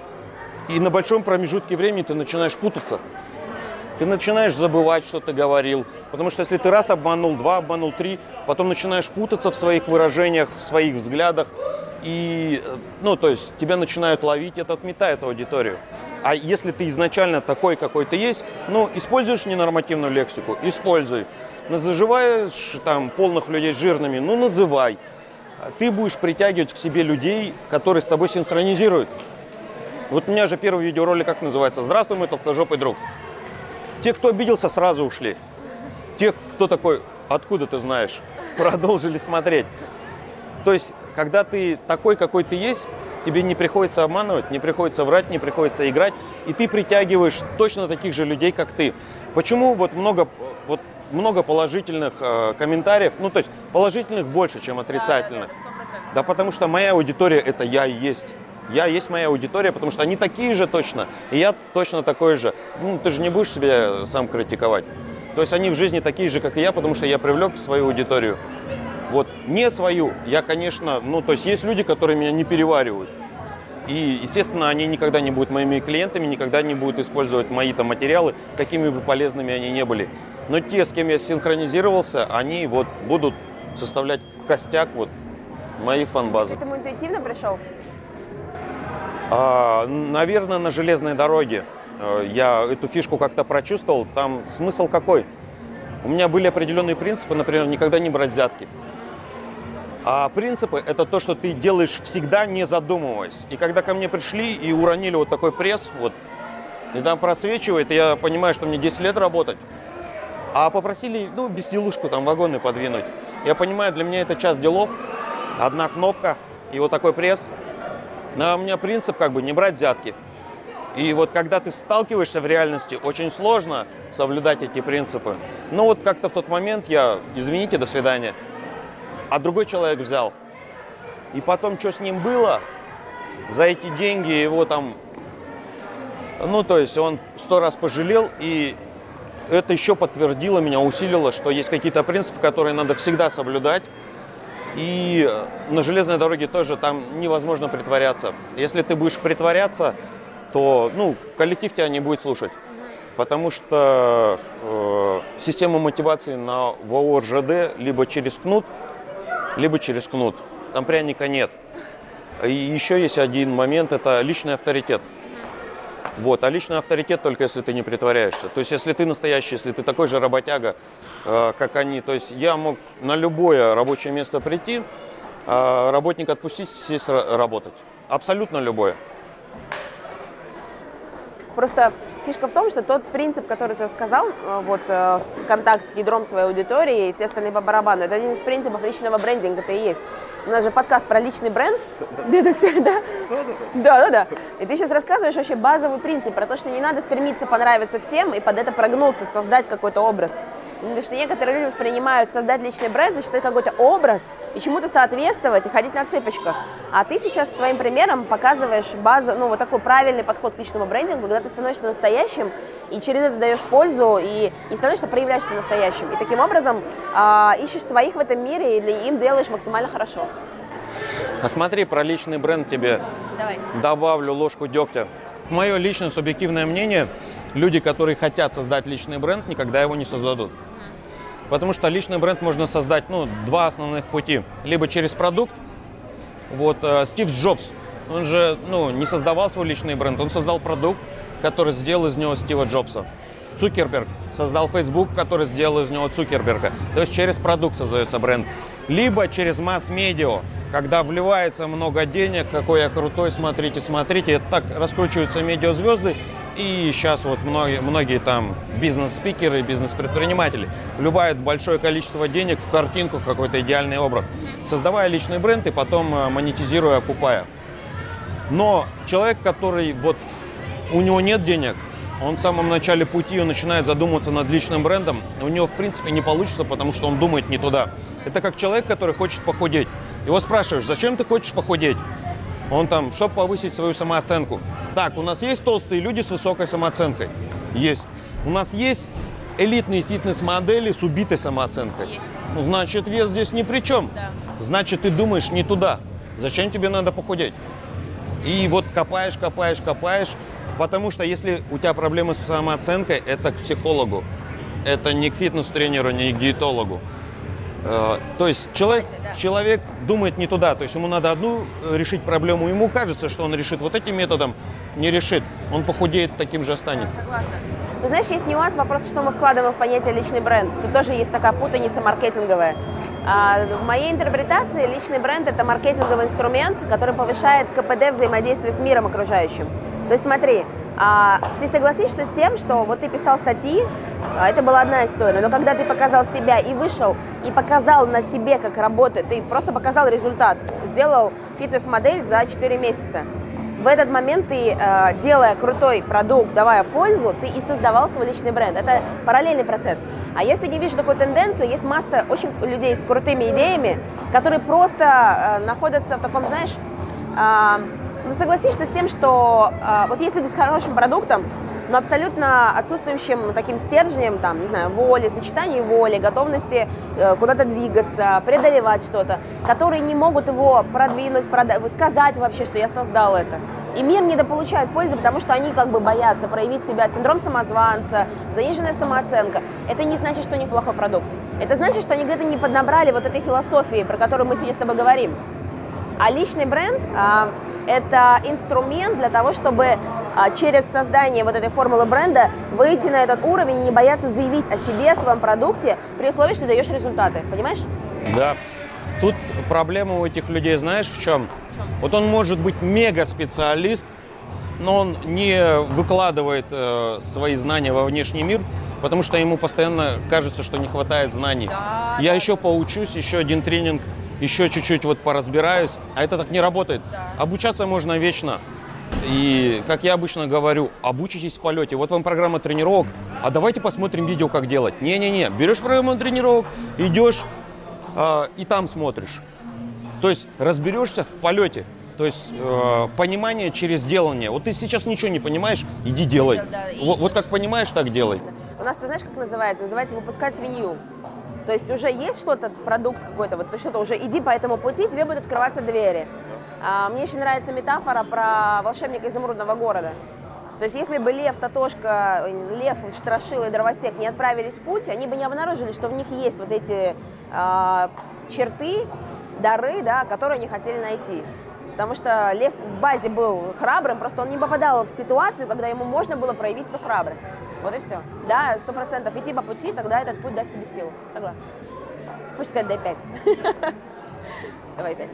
И на большом промежутке времени ты начинаешь путаться. Ты начинаешь забывать, что ты говорил. Потому что если ты раз обманул, два обманул, три, потом начинаешь путаться в своих выражениях, в своих взглядах. И, ну, то есть тебя начинают ловить, это отметает аудиторию. А если ты изначально такой, какой ты есть, ну, используешь ненормативную лексику, используй. Называешь там полных людей жирными, ну, называй. Ты будешь притягивать к себе людей, которые с тобой синхронизируют. Вот у меня же первый видеоролик как называется? «Здравствуй, мой толстожопый друг». Те, кто обиделся, сразу ушли. Те, кто такой, откуда ты знаешь, продолжили смотреть. То есть, когда ты такой, какой ты есть, тебе не приходится обманывать, не приходится врать, не приходится играть, и ты притягиваешь точно таких же людей, как ты. Почему вот много, вот много положительных э, комментариев, ну то есть положительных больше, чем отрицательных? Да, да, да, да, потому что моя аудитория – это я и есть. Я есть моя аудитория, потому что они такие же точно, и я точно такой же. Ну, ты же не будешь себя сам критиковать. То есть они в жизни такие же, как и я, потому что я привлек свою аудиторию. Вот не свою, я, конечно, ну, то есть есть люди, которые меня не переваривают. И, естественно, они никогда не будут моими клиентами, никогда не будут использовать мои там материалы, какими бы полезными они ни были. Но те, с кем я синхронизировался, они вот будут составлять костяк вот моей фан-базы. Ты к этому интуитивно пришел? А, наверное, на железной дороге я эту фишку как-то прочувствовал. Там смысл какой? У меня были определенные принципы, например, никогда не брать взятки. А принципы – это то, что ты делаешь всегда, не задумываясь. И когда ко мне пришли и уронили вот такой пресс, вот, и там просвечивает, и я понимаю, что мне десять лет работать, а попросили, ну, безделушку, там, вагоны подвинуть. Я понимаю, для меня это час делов, одна кнопка и вот такой пресс. Но у меня принцип, как бы, не брать взятки. И вот когда ты сталкиваешься в реальности, очень сложно соблюдать эти принципы. Но вот как-то в тот момент я, извините, до свидания, а другой человек взял. И потом, что с ним было, за эти деньги его там, ну, то есть он сто раз пожалел, и это еще подтвердило меня, усилило, что есть какие-то принципы, которые надо всегда соблюдать. И на железной дороге тоже там невозможно притворяться. Если ты будешь притворяться, то, ну, коллектив тебя не будет слушать. Потому что э, система мотивации на ВО РЖД либо через кнут, либо через кнут. Там пряника нет. И еще есть один момент, это личный авторитет. Вот, а личный авторитет только если ты не притворяешься. То есть если ты настоящий, если ты такой же работяга, э, как они. То есть я мог на любое рабочее место прийти, э, работника отпустить, сесть работать. Абсолютно любое. Просто фишка в том, что тот принцип, который ты сказал, вот контакт с ядром своей аудитории и все остальные по барабану, это один из принципов личного брендинга, это и есть. У нас же подкаст про личный бренд. Да, да, да, да. И ты сейчас рассказываешь вообще базовый принцип про то, что не надо стремиться понравиться всем и под это прогнуться, создать какой-то образ. Потому что некоторые люди воспринимают создать личный бренд, значит, это какой-то образ, и чему-то соответствовать, и ходить на цепочках. А ты сейчас своим примером показываешь базу, ну, вот такой правильный подход к личному брендингу, когда ты становишься настоящим, и через это даешь пользу, и, и становишься, проявляешься настоящим. И таким образом а, ищешь своих в этом мире, и для, им делаешь максимально хорошо. А смотри, про личный бренд тебе Давай. Добавлю ложку дегтя. Мое личное субъективное мнение, люди, которые хотят создать личный бренд, никогда его не создадут. Потому что личный бренд можно создать, ну, два основных пути. Либо через продукт. Вот э, Стив Джобс, он же, ну, не создавал свой личный бренд, он создал продукт, который сделал из него Стива Джобса. Цукерберг создал Facebook, который сделал из него Цукерберга. То есть через продукт создается бренд. Либо через масс-медиа, когда вливается много денег, какой я крутой, смотрите, смотрите. Это так раскручиваются медиазвезды. И сейчас вот многие, многие там бизнес-спикеры, бизнес-предприниматели вливают большое количество денег в картинку, в какой-то идеальный образ, создавая личный бренд и потом монетизируя, окупая. Но человек, который вот у него нет денег, он в самом начале пути он начинает задумываться над личным брендом, у него в принципе не получится, потому что он думает не туда. Это как человек, который хочет похудеть. Его спрашиваешь, зачем ты хочешь похудеть? Он там, чтобы повысить свою самооценку. Так, у нас есть толстые люди с высокой самооценкой? Есть. У нас есть элитные фитнес-модели с убитой самооценкой? Есть. Ну, значит, вес здесь ни при чем. Да. Значит, ты думаешь не туда. Зачем тебе надо похудеть? И вот копаешь, копаешь, копаешь. Потому что если у тебя проблемы с самооценкой, это к психологу. Это не к фитнес-тренеру, не к диетологу. То есть человек, да. человек думает не туда, то есть ему надо одну решить проблему, ему кажется, что он решит вот этим методом, не решит, он похудеет, таким же останется. Согласна. Ты знаешь, есть нюанс, вопрос, что мы вкладываем в понятие личный бренд. Тут тоже есть такая путаница маркетинговая. А в моей интерпретации личный бренд – это маркетинговый инструмент, который повышает ка пэ дэ взаимодействия с миром окружающим. То есть смотри, а, ты согласишься с тем, что вот ты писал статьи, а, это была одна история, но когда ты показал себя и вышел, и показал на себе, как работает, ты просто показал результат, сделал фитнес-модель за четыре месяца. В этот момент ты, э, делая крутой продукт, давая пользу, ты и создавал свой личный бренд. Это параллельный процесс. А я сегодня вижу такую тенденцию, есть масса очень людей с крутыми идеями, которые просто э, находятся в таком, знаешь, э, ну, согласишься с тем, что э, вот есть люди с хорошим продуктом, но абсолютно отсутствующим таким стержнем, там, не знаю, воли, сочетания воли, готовности э, куда-то двигаться, преодолевать что-то, которые не могут его продвинуть, прода- сказать вообще, что я создал это. И мир недополучает пользы, потому что они как бы боятся проявить себя. Синдром самозванца, заниженная самооценка. Это не значит, что неплохой продукт. Это значит, что они где-то не поднабрали вот этой философии, про которую мы сегодня с тобой говорим. А личный бренд а, – это инструмент для того, чтобы а, через создание вот этой формулы бренда выйти на этот уровень и не бояться заявить о себе, о своем продукте, при условии, что ты даешь результаты. Понимаешь? Да. Тут проблема у этих людей, знаешь, в чем? Вот он может быть мега-специалист, но он не выкладывает э, свои знания во внешний мир, потому что ему постоянно кажется, что не хватает знаний. Да, Я да. еще поучусь, еще один тренинг, еще чуть-чуть вот поразбираюсь, а это так не работает. Да. Обучаться можно вечно. И, как я обычно говорю, обучитесь в полете. Вот вам программа тренировок, а давайте посмотрим видео, как делать. Не-не-не, берешь программу тренировок, идешь э, и там смотришь. То есть разберешься в полете. То есть э, понимание через делание. Вот ты сейчас ничего не понимаешь, иди делай. Да, и... вот, вот как понимаешь, так делай. У нас, ты знаешь, как называется? Называется выпускать свинью. То есть уже есть что-то, продукт какой-то, вот что-то уже иди по этому пути, тебе будут открываться двери. А, мне еще нравится метафора про волшебника изумрудного города. То есть если бы Лев, Татошка, Лев, Страшила и Дровосек не отправились в путь, они бы не обнаружили, что в них есть вот эти а, черты, дары, да, которые они хотели найти. Потому что Лев в базе был храбрым, просто он не попадал в ситуацию, когда ему можно было проявить эту храбрость. Вот и все. Да, сто процентов идти по пути, тогда этот путь даст тебе силу. Согласна. Хочешь сказать, дай пять? Давай пять.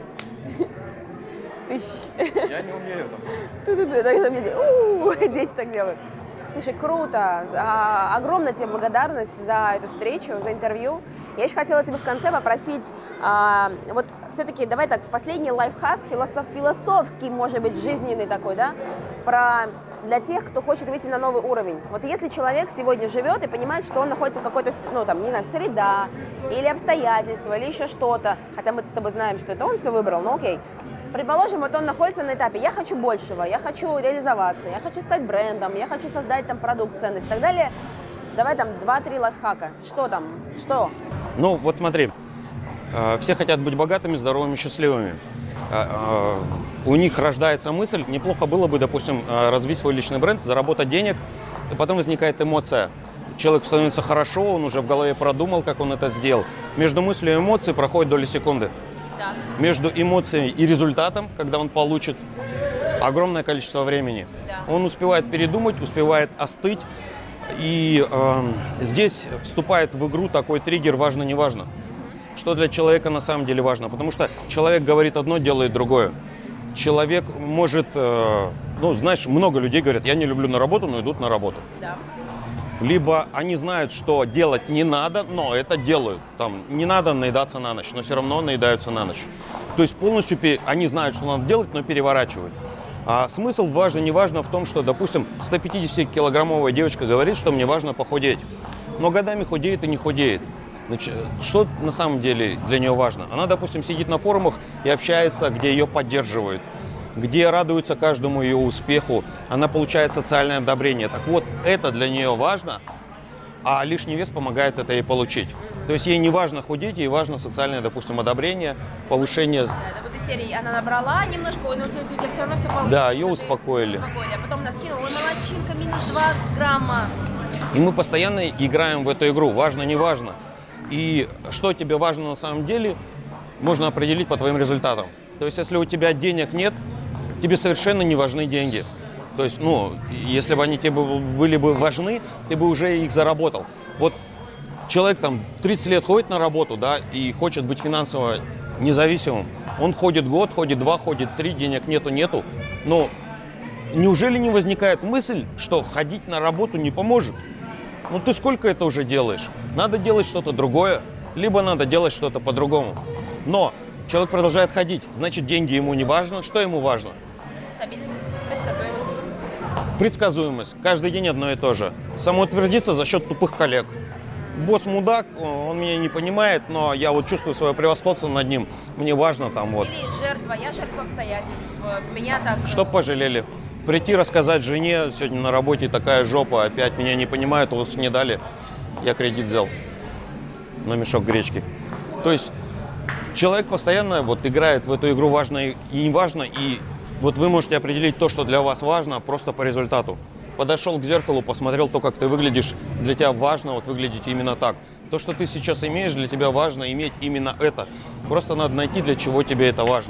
Тысяч. Я не умею там. Ты-ты-ты, дети так делают. Слушай, круто. А, огромная тебе благодарность за эту встречу, за интервью. Я еще хотела тебя в конце попросить, а, вот все-таки давай так, последний лайфхак, философ, философский, может быть, жизненный такой, да, про для тех, кто хочет выйти на новый уровень. Вот если человек сегодня живет и понимает, что он находится в какой-то, ну там, не знаю, среда, или обстоятельства, или еще что-то, хотя мы с тобой знаем, что это он все выбрал, но окей. Предположим, вот он находится на этапе «я хочу большего», «я хочу реализоваться», «я хочу стать брендом», «я хочу создать там продукт, ценность» и так далее. Давай там два-три лайфхака. Что там? Что? Ну, вот смотри. Все хотят быть богатыми, здоровыми, счастливыми. У них рождается мысль, неплохо было бы, допустим, развить свой личный бренд, заработать денег, и потом возникает эмоция. Человек становится хорошо, он уже в голове продумал, как он это сделал. Между мыслью и эмоцией проходит доли секунды. Так. Между эмоцией и результатом, когда он получит огромное количество времени, Да. он успевает передумать, успевает остыть. И э, здесь вступает в игру такой триггер «важно-неважно». Mm-hmm. Что для человека на самом деле важно? Потому что человек говорит одно, делает другое. Человек может, э, ну, знаешь, много людей говорят, я не люблю на работу, но идут на работу. Да. Либо они знают, что делать не надо, но это делают. Там не надо наедаться на ночь, но все равно наедаются на ночь. То есть полностью они знают, что надо делать, но переворачивают. А смысл важно-неважно в том, что, допустим, сто пятидесятикилограммовая девочка говорит, что мне важно похудеть. Но годами худеет и не худеет. Значит, что на самом деле для нее важно? Она, допустим, сидит на форумах и общается, где ее поддерживают, где радуются каждому ее успеху, она получает социальное одобрение. Так вот, это для нее важно, а лишний вес помогает это ей получить. То есть ей не важно худеть, ей важно социальное, допустим, одобрение, повышение. Да, это вот из серии она набрала немножко, ой, но у тебя, у тебя все равно все получится. Да, ее успокоили. успокоили. А потом она скинула, ой, молодчинка, минус два грамма. И мы постоянно играем в эту игру, важно, не важно. И что тебе важно на самом деле, можно определить по твоим результатам. То есть, если у тебя денег нет, тебе совершенно не важны деньги. То есть, ну, если бы они тебе были бы важны, ты бы уже их заработал. Вот человек там тридцать лет ходит на работу, да, и хочет быть финансово независимым. Он ходит год, ходит два, ходит три, денег нету, нету. Но неужели не возникает мысль, что ходить на работу не поможет? Ну ты сколько это уже делаешь? Надо делать что-то другое, либо надо делать что-то по-другому. Но человек продолжает ходить, значит, деньги ему не важно. Что ему важно? Стабильность, предсказуемость. Предсказуемость. Каждый день одно и то же. Самоутвердиться за счет тупых коллег. Босс мудак, он меня не понимает, но я вот чувствую свое превосходство над ним. Мне важно там вот. Или жертва, я жертва обстоятельств. Меня так... Чтоб пожалели. Прийти рассказать жене, сегодня на работе такая жопа, опять меня не понимают, у вас не дали, я кредит взял на мешок гречки. То есть человек постоянно вот играет в эту игру важно и не важно, и вот вы можете определить то, что для вас важно, просто по результату. Подошел к зеркалу, посмотрел то, как ты выглядишь, для тебя важно вот выглядеть именно так. То, что ты сейчас имеешь, для тебя важно иметь именно это. Просто надо найти, для чего тебе это важно.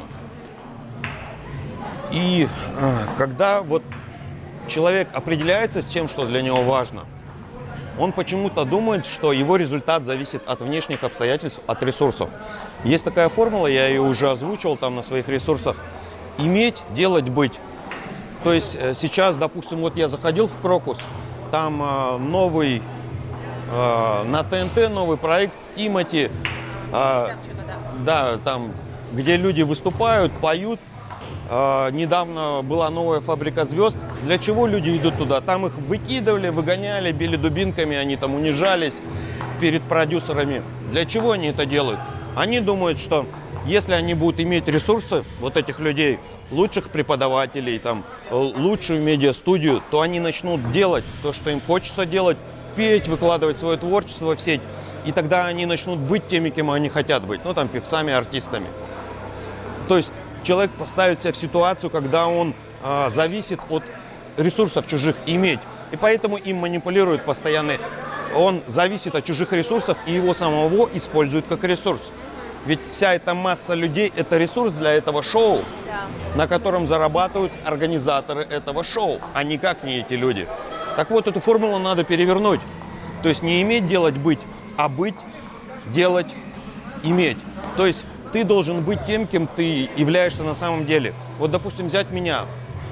И э, когда вот человек определяется с тем, что для него важно, он почему-то думает, что его результат зависит от внешних обстоятельств, от ресурсов. Есть такая формула, я ее уже озвучивал там на своих ресурсах. Иметь, делать, быть. То есть сейчас, допустим, вот я заходил в Крокус, там э, новый, э, на ТНТ новый проект с Тимати, э, да, там, где люди выступают, поют. Э, недавно была новая фабрика звезд. Для чего люди идут туда? Там их выкидывали, выгоняли, били дубинками, они там унижались перед продюсерами. Для чего они это делают? Они думают, что если они будут иметь ресурсы, вот этих людей, лучших преподавателей, там, лучшую медиастудию, то они начнут делать то, что им хочется делать, петь, выкладывать свое творчество в сеть. И тогда они начнут быть теми, кем они хотят быть, ну там певцами, артистами. То есть человек поставит себя в ситуацию, когда он э, зависит от ресурсов чужих иметь. И поэтому им манипулируют постоянно. Он зависит от чужих ресурсов и его самого используют как ресурс. Ведь вся эта масса людей – это ресурс для этого шоу, да, на котором зарабатывают организаторы этого шоу, а никак не эти люди. Так вот, эту формулу надо перевернуть. То есть не иметь, делать, быть, а быть, делать, иметь. То есть ты должен быть тем, кем ты являешься на самом деле. Вот, допустим, взять меня.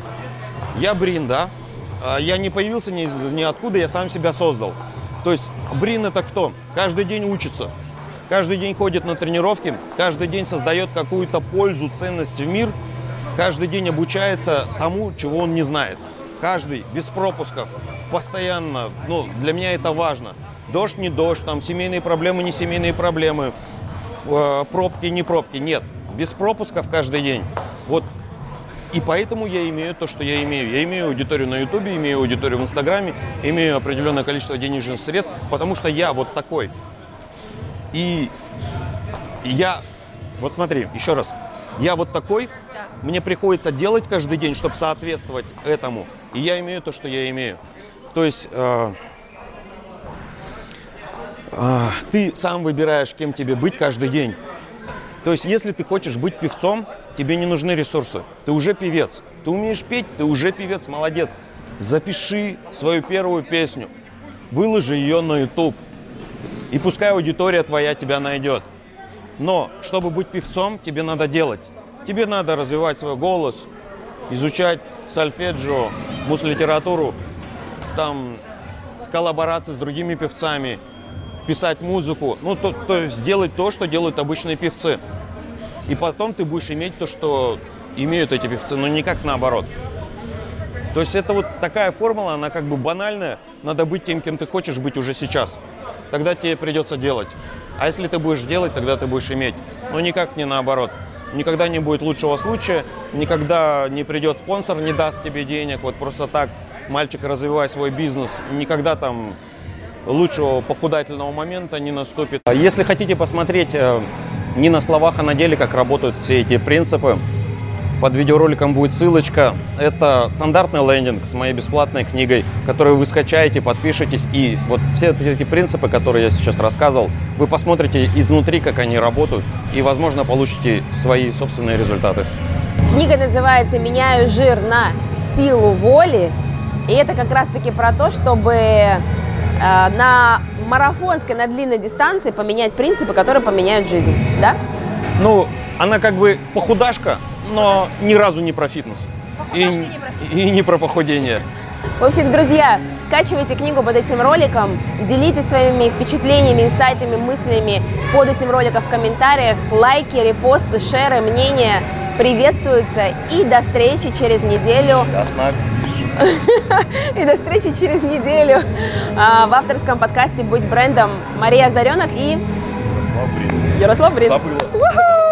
Я Брин, да? Я не появился ни, ни откуда, я сам себя создал. То есть Брин – это кто? Каждый день учится. Каждый день ходит на тренировки, каждый день создает какую-то пользу, ценность в мир, каждый день обучается тому, чего он не знает. Каждый, без пропусков, постоянно. Ну, для меня это важно. Дождь, не дождь, там, семейные проблемы, не семейные проблемы, э, пробки, не пробки. Нет, без пропусков каждый день. Вот. И поэтому я имею то, что я имею. Я имею аудиторию на Ютубе, имею аудиторию в Инстаграме, имею определенное количество денежных средств, потому что я вот такой. И я, вот смотри, еще раз, я вот такой, да. Мне приходится делать каждый день, чтобы соответствовать этому, и я имею то, что я имею. То есть э, э, ты сам выбираешь, кем тебе быть каждый день. То есть если ты хочешь быть певцом, тебе не нужны ресурсы, ты уже певец. Ты умеешь петь, ты уже певец, молодец. Запиши свою первую песню, выложи ее на ютуб. И пускай аудитория твоя тебя найдет. Но, чтобы быть певцом, тебе надо делать. Тебе надо развивать свой голос, изучать сольфеджио, муз-литературу, там, коллаборации с другими певцами, писать музыку. Ну, то, то есть сделать то, что делают обычные певцы. И потом ты будешь иметь то, что имеют эти певцы, но никак наоборот. То есть это вот такая формула, она как бы банальная. Надо быть тем, кем ты хочешь быть уже сейчас. Тогда тебе придется делать. А если ты будешь делать, тогда ты будешь иметь. Но никак не наоборот. Никогда не будет лучшего случая, никогда не придет спонсор, не даст тебе денег. Вот просто так, мальчик, развивай свой бизнес. Никогда там лучшего похудательного момента не наступит. Если хотите посмотреть не на словах, а на деле, как работают все эти принципы, под видеороликом будет ссылочка. Это стандартный лендинг с моей бесплатной книгой, которую вы скачаете, подпишитесь. И вот все эти принципы, которые я сейчас рассказывал, вы посмотрите изнутри, как они работают. И, возможно, получите свои собственные результаты. Книга называется «Меняю жир на силу воли». И это как раз-таки про то, чтобы э, на марафонской, на длинной дистанции поменять принципы, которые поменяют жизнь. Да? Ну, она как бы похудашка, но ни разу не про фитнес и, не про фитнес. и не про похудение. В общем, друзья, скачивайте книгу под этим роликом, делитесь своими впечатлениями, инсайтами, мыслями под этим роликом в комментариях. Лайки, репосты, шеры, мнения приветствуются. И до встречи через неделю. Ясно. И до встречи через неделю в авторском подкасте «Будь брендом». Мария Заренок и Ярослав Брин. Ярослав Брин. Забыла.